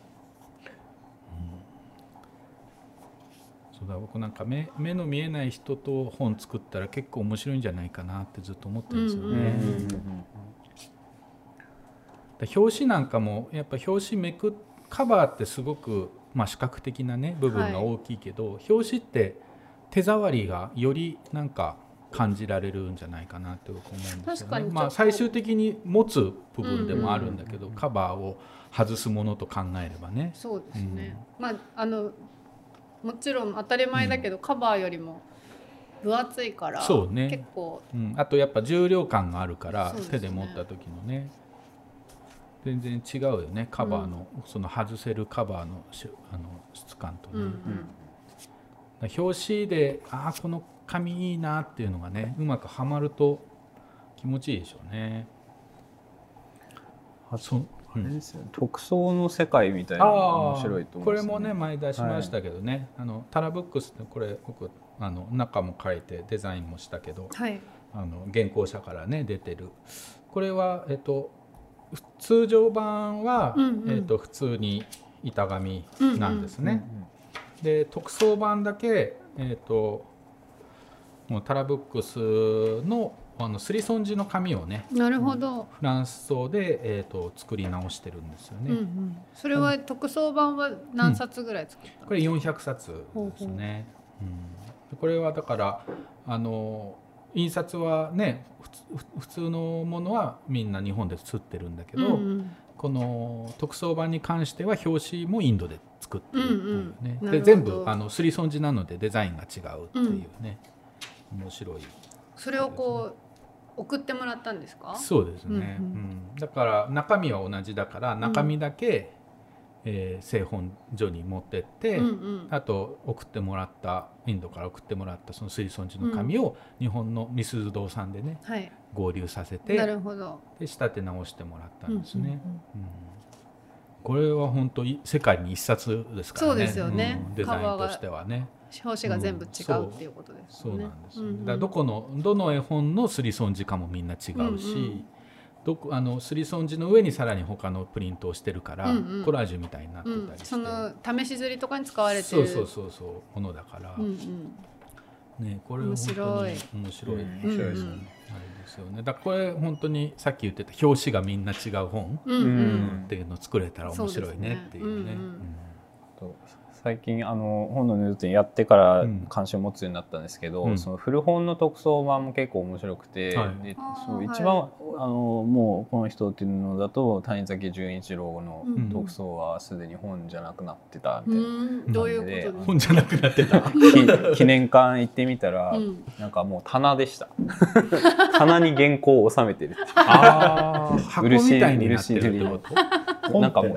そうだ、僕なんか 目, 目の見えない人と本作ったら結構面白いんじゃないかなってずっと思ってるんですよね、うんうんうん、表紙なんかもやっぱ表紙めくカバーってすごく、まあ、視覚的なね部分が大きいけど、はい、表紙って手触りがよりなんか感じられるんじゃないかなって思うんですよね。まあ、最終的に持つ部分でもあるんだけど、うんうん、カバーを外すものと考えればね。 そうですね、うん、まああのもちろん当たり前だけど、うん、カバーよりも分厚いからそう、ね、 結構、 うん、あとやっぱ重量感があるから、ね、手で持った時のね全然違うよね、カバーの、うん、その外せるカバーの、あの質感とね、うんうん、表紙でああこの紙いいなっていうのがねうまくはまると気持ちいいでしょうね。 あそあれですよ、うん、特捜の世界みたいなのが面白いと思うんですよね。 これもね前出しましたけどね、はい、あのタラブックスってこれ僕あの中も書いてデザインもしたけど、はい、あの原稿者からね出てるこれは、えっと、通常版は、うんうんえっと、普通に板紙なんですね、うんうんうんうん、で特装版だけ、えっともうタラブックス の, あのスリソン字の紙をねなるほどフランス層で、えー、と作り直してるんですよね、うんうん、 それは特装版は何冊ぐらい作ったの、 うん、これよんひゃくさつですね、うん、これはだからあの印刷はね普通のものはみんな日本で刷ってるんだけど、うんうん、この特装版に関しては表紙もインドで作ってるっていうね、うんうん、で全部あのスリソン字なのでデザインが違うっていうね、うん面白い。 それをこう送ってもらったんですか？ そうですね、うんうん、だから中身は同じだから中身だけ、うんえー、製本所に持ってって、うんうん、あと送ってもらったインドから送ってもらったその水槽地の紙を日本のみすゞ堂さんでね、はい、合流させてなるほどで仕立て直してもらったんですね、うんうんうんうん、これは本当世界に一冊ですからね。 そうですよね、 うん、デザインとしてはね表紙が全部違うっていうことですよね、 うん、そう、そうなんですよ、うんうん、だからどこのどの絵本のスリソン字かもみんな違うし、うんうん、 どこあのスリソン字の上にさらに他のプリントをしてるから、うんうん、コラージュみたいになってたりして、うん、 その試し刷りとかに使われてるそうそうそうそうものだから、うんうん、ね、これ面白い面白い面白いですよね、あれですよね。だからこれ本当にさっき言ってた表紙がみんな違う本、うんうん、っていうのを作れたら面白いねっていうね。 最近あの本のヌード展やってから関心を持つようになったんですけど、うん、その古本の特装版も結構面白くて、はい、でそう一番、はい、あのもうこの人っていうのだと谷崎潤一郎の特装はすでに本じゃなくなってたみたいな感じで、 どういうことで本じゃなくなってた記念館行ってみたら、うん、なんかもう棚でした棚に原稿を収めてるってああ箱みたいになってるってことなんかも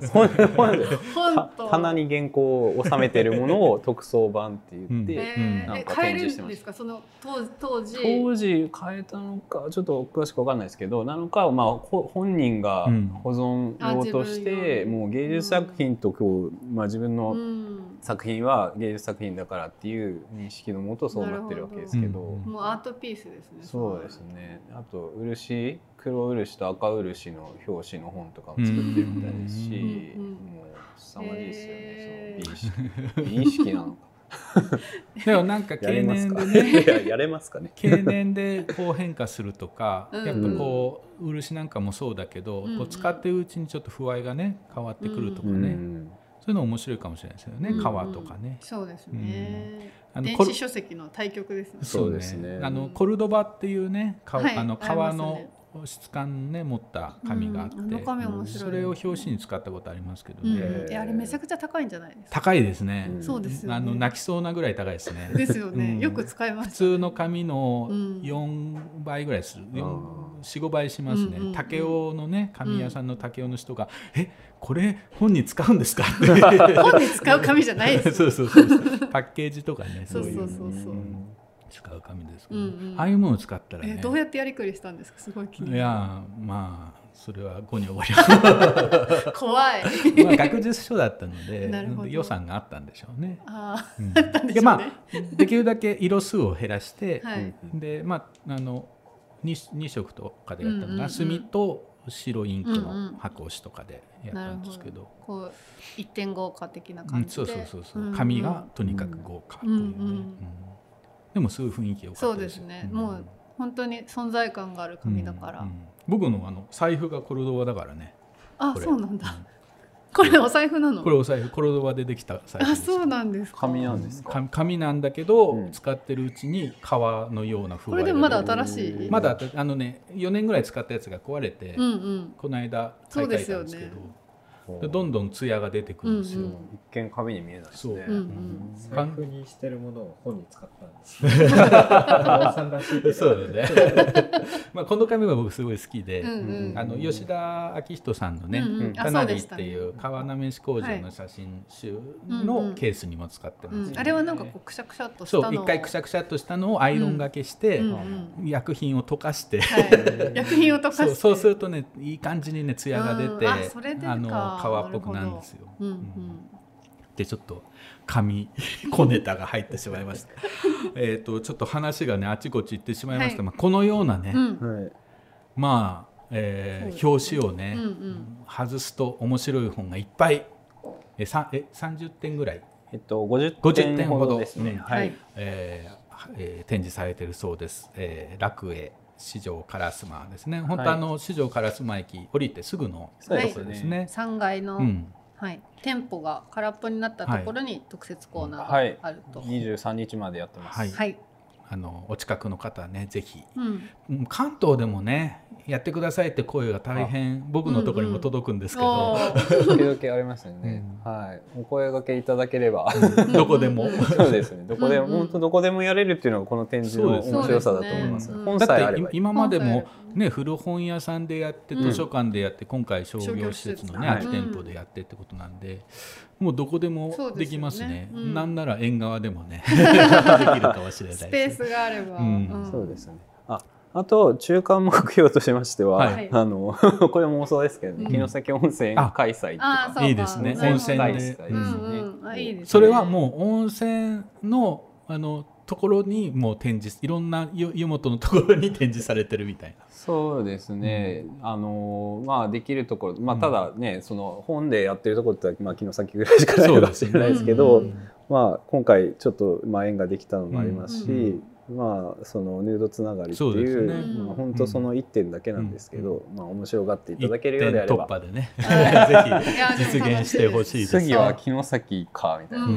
う棚に原稿を収めてるものを特装版って言って、うん、なんか展示してました。 その当時当時当時変えたのかちょっと詳しく分かんないですけど、なのかまあ本人が保存用として、うん、もう芸術作品とこう、まあ、自分の作品は芸術作品だからっていう認識のもとそうなってるわけですけど、 うん、もうアートピースですね。 そうですね。あと漆黒漆と赤漆の表紙の本とかも作ってるみたいですし、うんうんうん、もう凄まじいですよね。そう美意識美意識なのかでもなんか経年でねや, やれますかね経年でこう変化するとか、うん、やっぱこう漆なんかもそうだけど、うん、こう使ってるうちにちょっと風合いがね変わってくるとかね、うん、そういうの面白いかもしれないですよね、うん、革とかね。 そうですね、うん、あの電子書籍の対極ですね。 そうですね。あのコルドバっていうね、はい、あの革の質感ね持った紙があって、うん、あの紙面白い。それを表紙に使ったことありますけどね、 うん、あれめちゃくちゃ高いんじゃないですか。 高いですね、 うん、そうですよね。 あの泣きそうなぐらい高いですねですよね、うん、よく使います、ね、 普通の紙のよんばいぐらいする、うん、よん、ごばいしますね、うんうんうん、竹雄のね紙屋さんの竹雄の人が、うん、えこれ本に使うんですかって本に使う紙じゃないですそうそうそうパッケージとかねそうそうそうそう、 うん使う紙ですけど、うんうん、ああいうものを使ったらね。 えどうやってやりくりしたんですか。すごい気になる。 いやまあそれは後に覚え怖い、 まあ、学術書だったので予算があったんでしょうね。 あ、うん、あったんでしょうね。まあ、 できるだけ色数を減らして、はい、でまああの 2, に色とかでやったのが、うんうん、墨と白インクの箱押しとかでやったんですけど、うんうん、 こう いってんご 化的な感じで、 うん、そうそうそうそう、うんうん、紙がとにかく豪華というね、うんうんうんでもそういう雰囲気良かったです。 そうですね、うん、もう本当に存在感がある紙だから、うんうん、 僕のあの財布がコルドバだからね。 あ、そうなんだ、うん、これお財布なの。 これお財布コルドバでできた財布です。 あ、そうなんですか。 紙なんですか。 紙なんだけど、うん、使ってるうちに革のような風合いが。 これでもまだ新しい。 まだあのねよねんぐらい使ったやつが壊れて、うんうん、この間買い替えたんですけど。どんどん艶が出てくるんですよ、うんうん、 一見紙に見えないですね。 そう、うんうん、財布にしてるものを本に使ったんです。 そうですねまあこの紙は僕すごい好きで、うんうん、あの吉田明人さんのね「かなり」っていう川なめし工場の写真集のケースにも使ってます、ね、 うんうん、あれはなんかこうくしゃくしゃっとしたのをそう一回くしゃくしゃっとしたのをアイロンがけして、うんうん、薬品を溶かして、 はい、薬品を溶かしてそう、そうするとねいい感じにね艶が出て、 あそれでかあの革っぽくなるんですよ、うんうん、でちょっと紙小ネタが入ってしまいましたえとちょっと話がねあちこち行ってしまいました、はい、まあ、このようなね、うん、まあ、えー、表紙をね、うんうん、外すと面白い本がいっぱいえさえさんじゅってんぐらい、 えっと、ごじゅってんほどですね、うん、はい、えーえー、展示されているそうです、えー、楽栄四条烏丸ですね。本当、はい、あの四条烏丸駅降りてすぐのところですね。 さんがいの、うんはい、店舗が空っぽになったところに特設コーナーがあると、 はい、にじゅうさんにちまでやってます。 はい、はい、あのお近くの方はねぜひ、うん、関東でもねやってくださいって声が大変僕のところにも届くんですけど、 時々ありますよね、うん、はい、お声掛けいただければ、 うん、どこでもそうですね、どこでも、うんうん、本当どこでもやれるっていうのがこの展示の面白さだと思います。 そうですね、本さえあれば、だって今までもね古本屋さんでやって図書館でやって、うん、今回商業施設のね空き店舗でやってってことなんで、もうどこでもできますね。すね、うん、なんなら縁側でもねできるかもしれないです、ね、 スペースがあれば、うんうん、そうですね。ああと中間目標としましては、はい、あのこれも妄想ですけど、ね、うん、城崎温泉開催とか、 いいですね。温泉で、 うんうん、あいいですね。 それはもう温泉のあのところにもう展示、いろんな湯本のところに展示されてるみたいな。 そうですね、うん、あのまあできるところ、まあ、ただね、うん、その本でやってるところって、まあ、城崎ぐらいしかないかもしれないですけど、ね、まあ、今回ちょっと、まあ、縁ができたのもありますし、うんうん、まあ、そのヌードつながりっていう、ね、まあ、本当そのいってんだけなんですけど、うん、まあ、面白がっていただけるようであれば突破でねぜひ実現してほしいです。 次は城崎かみたいな、うん、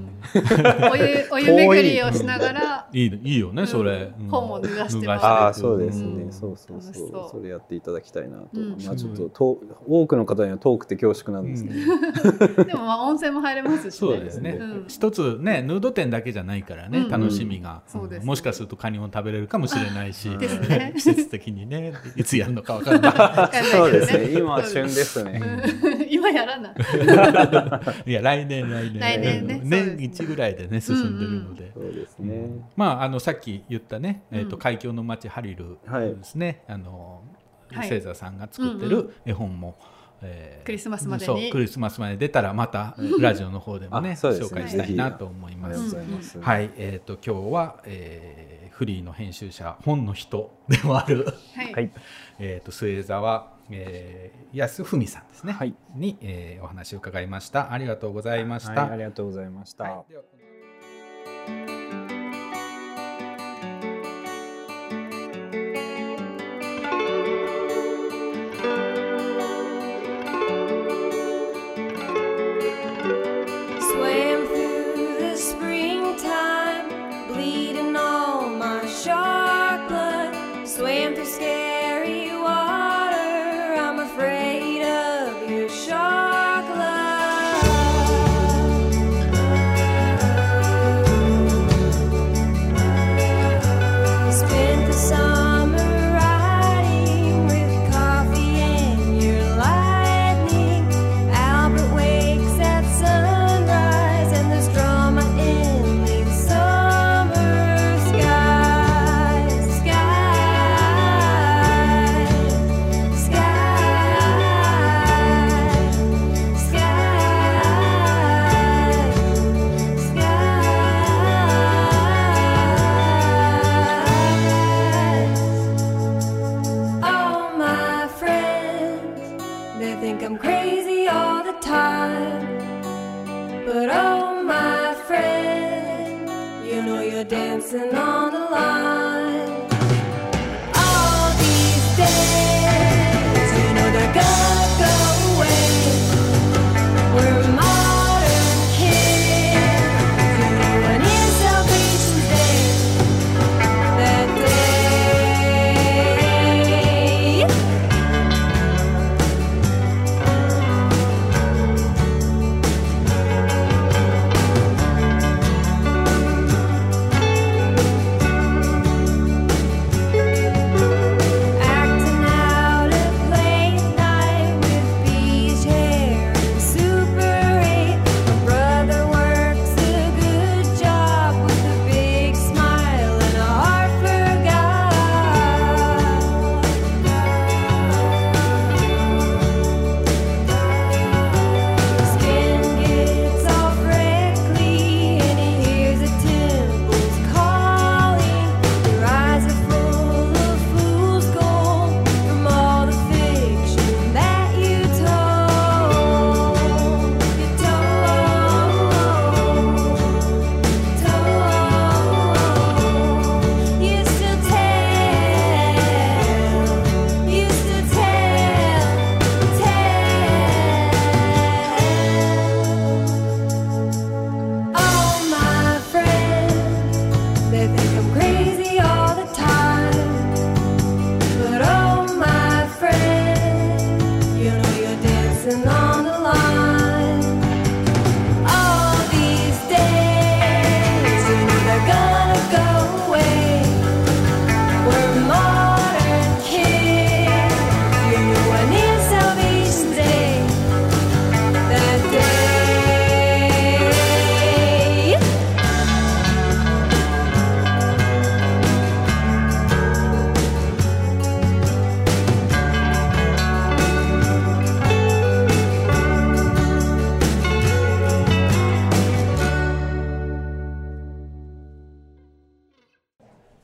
お湯お湯巡りをしながらいいいいよねそれ、 うん、本も脱がしてます。ああ、そうですね、うん、そうそうそう、それやっていただきたいなと、うん、まあ、ちょっとと多くの方には遠くて恐縮なんですけど、 うん、でもまあ温泉も入れますしね。 そうですね、うん、一つねヌード店だけじゃないからね、うん、楽しみが、うん、もしかするとカニも食べれるかもしれないし、ね、季節的にねいつやるのか分からないそうですね、今は旬ですね、 うん、今やらないいや来年来年来年ね、 年いちぐらいでね進んでるので、 うんうん、そうですね、うん、 まああのさっき言ったね、えーと、海峡の町ハリルですね、はい、あの星座さんが作ってる絵本も、えー、 クリスマスまでにそうクリスマスまで出たらまたラジオの方でもね、紹介したいなと思います。はい、えーと今日は、えー、フリーの編集者本の人でもある、はい、えーと末澤、えー、安文さんですね、はい、に、えー、お話を伺いました。ありがとうございました。 はい、ありがとうございました。はい、では dancing on the line. All these days, you know they're gonna go away. We're modern kids, you know when is Salvation Day? That day.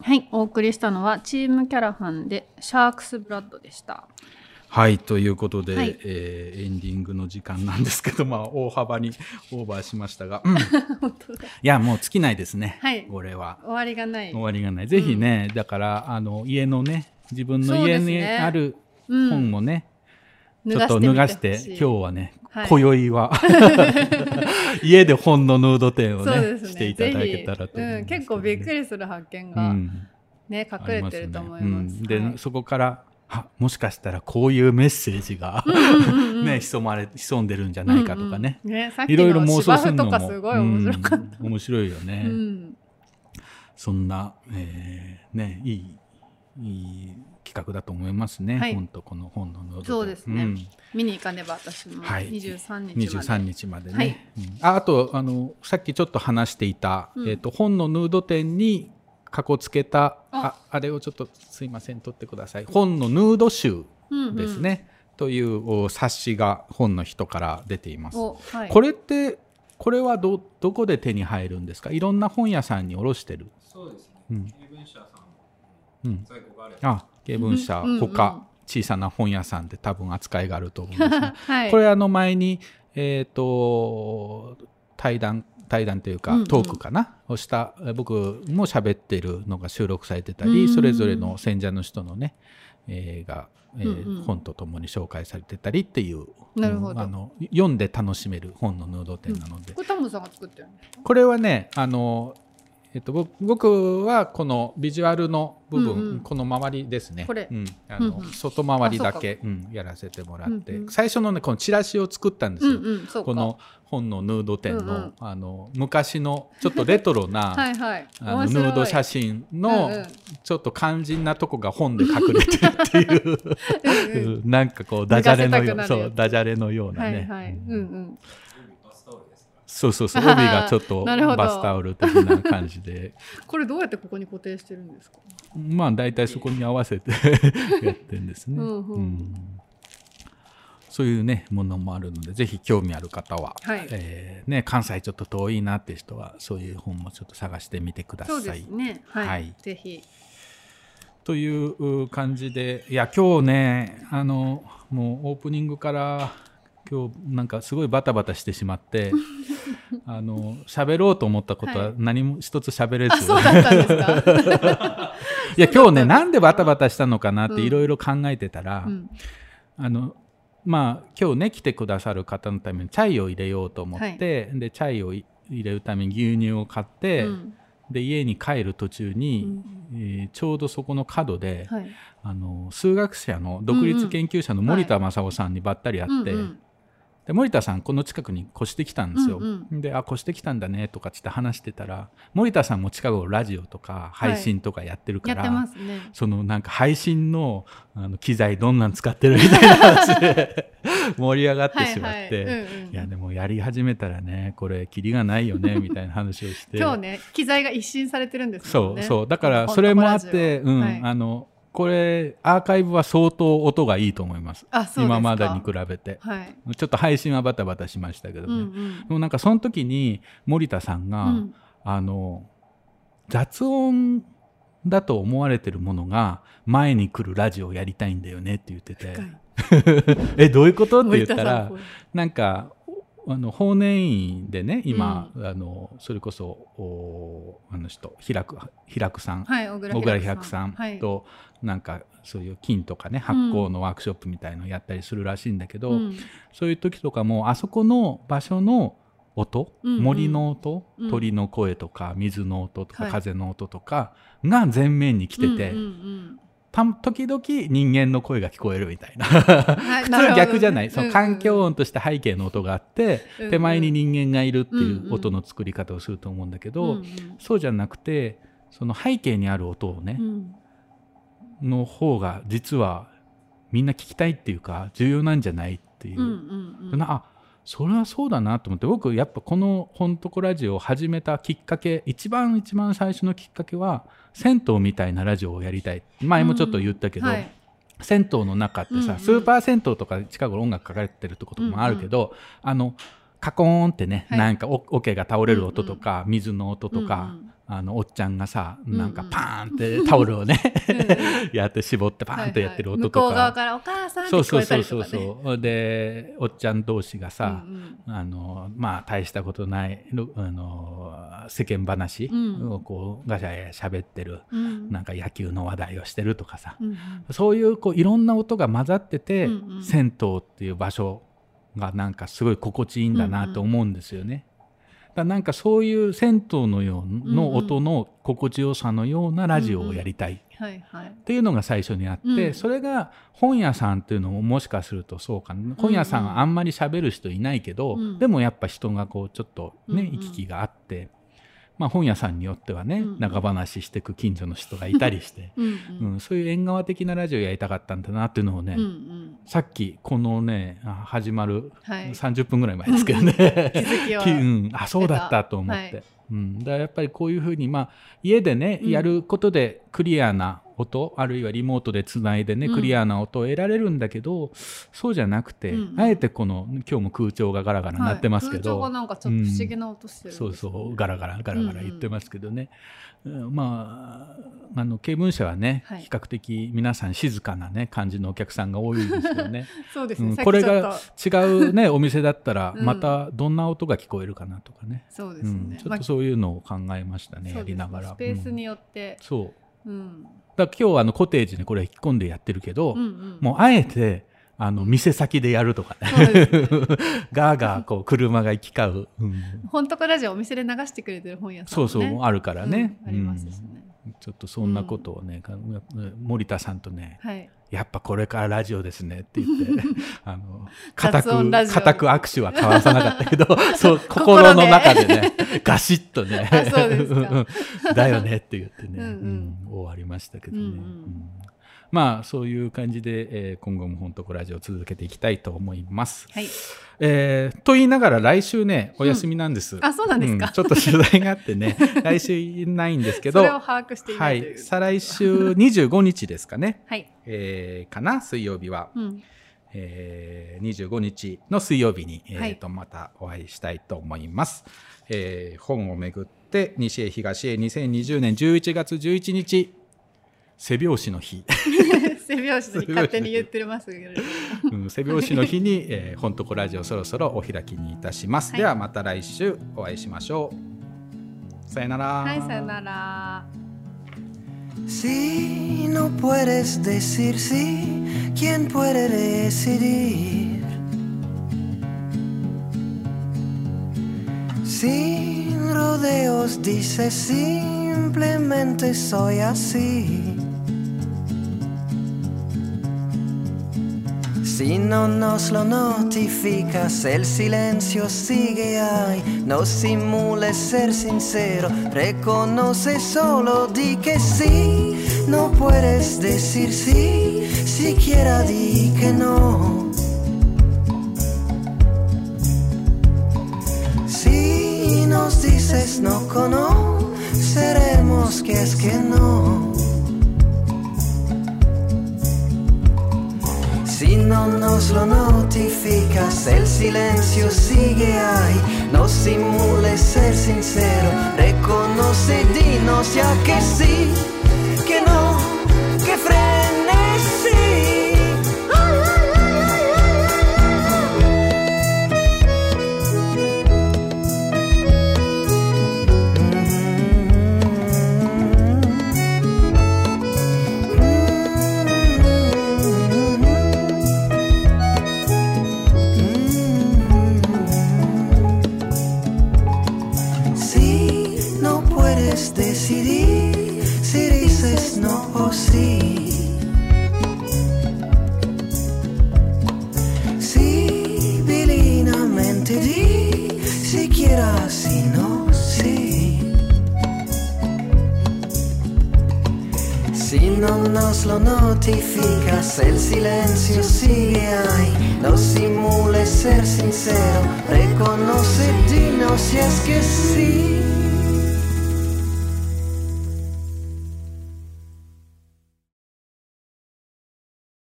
はい、お送りしたのはチームキャラハンでシャークスブラッドでした。 はいということで、はい、えー、エンディングの時間なんですけど、まあ、大幅にオーバーしましたが、うん、本当だ。いやもう尽きないですね、はい、これは終わりがない終わりがない。ぜひね、うん、だからあの家のね自分の家にある本もね、うん、ちょっと脱がして今日はね、はい、今宵は家で本のヌード展を ね, ねしていただけたらと思います、ね、うん、 結構びっくりする発見が、うんね、隠れてると思います。 うん、で、はい、そこからあもしかしたらこういうメッセージがね潜まれ潜んでるんじゃないかとかね、 うんうんね、いろいろ妄想するのもすごい面白かった、 うん、面白いよね、 うん、 そんな、えー、ねいいいい企画だと思いますね、はい、本当この本のノートそうですね、うん、見に行かねば私もにじゅうさんにちまで、はい、 にじゅうさんにちまでね、はい、うん、あ, あとあのさっきちょっと話していた、うん、えーと、本のヌード展にかこつけた あ, あれをちょっとすいません取ってください。本のヌード集ですね、うんうん、という冊子が本の人から出ています、はい、これってこれは ど, どこで手に入るんですか？いろんな本屋さんに卸してる？ そうですね、うん、経文社さん、うん、在庫があれば、 あ経文社、うん、他小さな本屋さんで多分扱いがあると思うんですね、はい、これあの前に、えーと対談対談というかトークかな、うんうん、をした僕も喋っているのが収録されてたり、うんうん、それぞれの選者の人のね、えー、が、えーうんうん、本とともに紹介されてたりっていう、 なるほど、 あの読んで楽しめる本のヌード展なので、うん、 これタムさんが作ってるんですか？ これはねあのえっと、僕, 僕はこのビジュアルの部分、うんうん、この周りですね、 これ、 うん、あの、うんうん、外回りだけ、うん、やらせてもらって、うんうん、最初のねこのチラシを作ったんですよ、うんうん、この本のヌード展の、うんうん、あの昔のちょっとレトロなはい、はい、あのヌード写真の、うんうん、ちょっと肝心なとこが本で隠れてるっていううん、なんかこうダジャレのようそうダジャレのようなね、はいはい、うんうん、そうそうそう帯がちょっとバスタオル的な感じでこれどうやってここに固定してるんですか？ まあ大体そこに合わせてやってるんですね、うんうんうん、そういうねものもあるのでぜひ興味ある方は、はい、えーね、関西ちょっと遠いなっていう人はそういう本もちょっと探してみてください。 そうですね、はいはい、ぜひという感じで、いや今日ねあのもうオープニングから今日なんかすごいバタバタしてしまってあの喋ろうと思ったことは何も一つ喋れず、はい、 そうだったんですかいや今日ねなんでバタバタしたのかなっていろいろ考えてたら、うん、あのまあ今日ね来てくださる方のためにチャイを入れようと思って、はい、でチャイを入れるために牛乳を買って、うん、で家に帰る途中に、うん、えー、ちょうどそこの角で、はい、あの数学者の独立研究者の森田正夫さんにばったり会って、うんうん、で森田さんこの近くに越してきたんですよ、うんうん、であ越してきたんだねとかつって話してたら森田さんも近くラジオとか配信とかやってるから、 はい、やってますね、 そのなんか配信 の, あの機材どんなん使ってるみたいな話で盛り上がってしまって、はいはい、うんうん、いやでもやり始めたらねこれキリがないよねみたいな話をして今日ね機材が一新されてるんですもんね。 そうそうだからそれもあって、うん、はい、あのこれアーカイブは相当音がいいと思います。 あ、そうですか。 今までに比べて、はい、ちょっと配信はバタバタしましたけどね、うんうん、でもなんかその時に森田さんが、うん、あの雑音だと思われてるものが前に来るラジオをやりたいんだよねって言っててえどういうことって言ったらなんかあの法然院でね今、うん、あのそれこそおあの人平久平久さん、はい、小倉平久さんと、はい、なんかそういう金とかね発酵のワークショップみたいのをやったりするらしいんだけど、うん、そういう時とかもあそこの場所の音、うんうん、森の音、うん、鳥の声とか水の音とか、はい、風の音とかが前面に来てて、うんうんうん、時々人間の声が聞こえるみたいな普通は逆じゃない、その環境音として背景の音があって、うんうん、手前に人間がいるっていう音の作り方をすると思うんだけど、うんうん、そうじゃなくてその背景にある音をね、うん、の方が実はみんな聞きたいっていうか重要なんじゃないっていう、うんうんうん、あそれはそうだなと思って、僕やっぱこの本とこラジオを始めたきっかけ、一番一番最初のきっかけは銭湯みたいなラジオをやりたい、前もちょっと言ったけど、うんはい、銭湯の中ってさ、うんうん、スーパー銭湯とか近く音楽かかってるとこともあるけど、うんうん、あのカコーンってね、はい、なんか桶が倒れる音とか、うんうん、水の音とかあのおっちゃんがさなんかパーンってタオルをね、うん、やって絞ってパーンってやってる音とか、はいはい、 向こう側からお母さんって聞こえたりとかね。そうそうそうそう。でおっちゃん同士がさ、うんうん、あのまあ大したことないあの世間話をこうガシャガシャ喋ってる、うん、なんか野球の話題をしてるとかさ、うんうん、そういうこういろんな音が混ざってて、うんうん、銭湯っていう場所がなんかすごい心地いいんだなと思うんですよね。うんうん、だなんかそういう銭湯のようの音の心地よさのようなラジオをやりたいっていうのが最初にあって、うんうん、それが本屋さんっていうのももしかするとそうかな、本屋さんはあんまり喋る人いないけど、うんうん、でもやっぱ人がこうちょっとね、うんうん、行き来があって、まあ、本屋さんによってはね、うんうん、長話してく近所の人がいたりしてうん、うん、そういう縁側的なラジオやりたかったんだなっていうのをね、うんうん、さっきこのね始まるさんじゅっぷんぐらい前ですけどね、はい、気づきは、うん、あそうだったと思って、はい、うん、だからやっぱりこういうふうに、まあ、家でねやることでクリアな音、あるいはリモートでつないでね、うん、クリアな音を得られるんだけど、そうじゃなくて、うんうん、あえてこの今日も空調がガラガラ鳴ってますけど、 はい、空調がなんかちょっと不思議な音してるんですね、 うん、そうそうガラガラガラガラ言ってますけどね、うんうん、まああの経文社はね、はい、比較的皆さん静かなね感じのお客さんが多いですよねそうですね、 うん、これが違うねお店だったらまたどんな音が聞こえるかなとかね、 そうですね、うん、 ちょっとそういうのを考えましたね、まあ、やりながらスペースによって、 うん、そう、うん、だから今日はあのコテージにこれ引っ込んでやってるけど、うんうん、もうあえてあの店先でやるとかね、ガーガーこう車が行き交う、うん、 本当かラジオお店で流してくれてる本屋さんも、ね、そうそうあるからね、 うん、ありますしね、 うん、ちょっとそんなことをね、うん、森田さんとね、はい、やっぱこれからラジオですねって言ってあの固く固く握手は交わさなかったけどそう心の中でねガシッとねあそうですかだよねって言ってね、うんうんうん、 終わりましたけどね、うんうんうん、まあそういう感じで、えー、今後も本当こラジオを続けていきたいと思います、はい、えー、と言いながら来週ねお休みなんです、 うん、あそうなんですか、 うん、ちょっと取材があってね来週いないんですけどそれを把握していないという、 はい、再来週にじゅうごにちですかね、 はい、 えー、かな水曜日は、うん、えー、にじゅうごにちの水曜日に、えーと、またお会いしたいと思います、えー、本をめぐって西へ東へにせんにじゅうねんじゅういちがつじゅういちにち背拍子の日背拍子の日勝手に言ってますけど、 うん、背拍子の日に、えー、ほんとこラジオそろそろお開きにいたします、はい、ではまた来週お会いしましょう。さよなら。 はい、さよなら。 Si no puedes decir sí, ¿quién puede decidir? Sin rodeos dice simplemente soy así. Si no nos lo notificas, el silencio sigue ahí. No simules ser sincero, reconoce solo, di que sí. No puedes decir sí, siquiera di que no. Si nos dices no conoceremos que es que no. Si no nos lo notificas, el silencio sigue ahí. No simules ser sincero, reconoce, dinos ya que sí, que no, que frenes, sí. Decidir si dices no o sí. Civilinamente di siquiera si no sí. Si no nos lo notificas, el silencio sigue ahí. No simules ser sincero, reconoce, dinos si es que sí.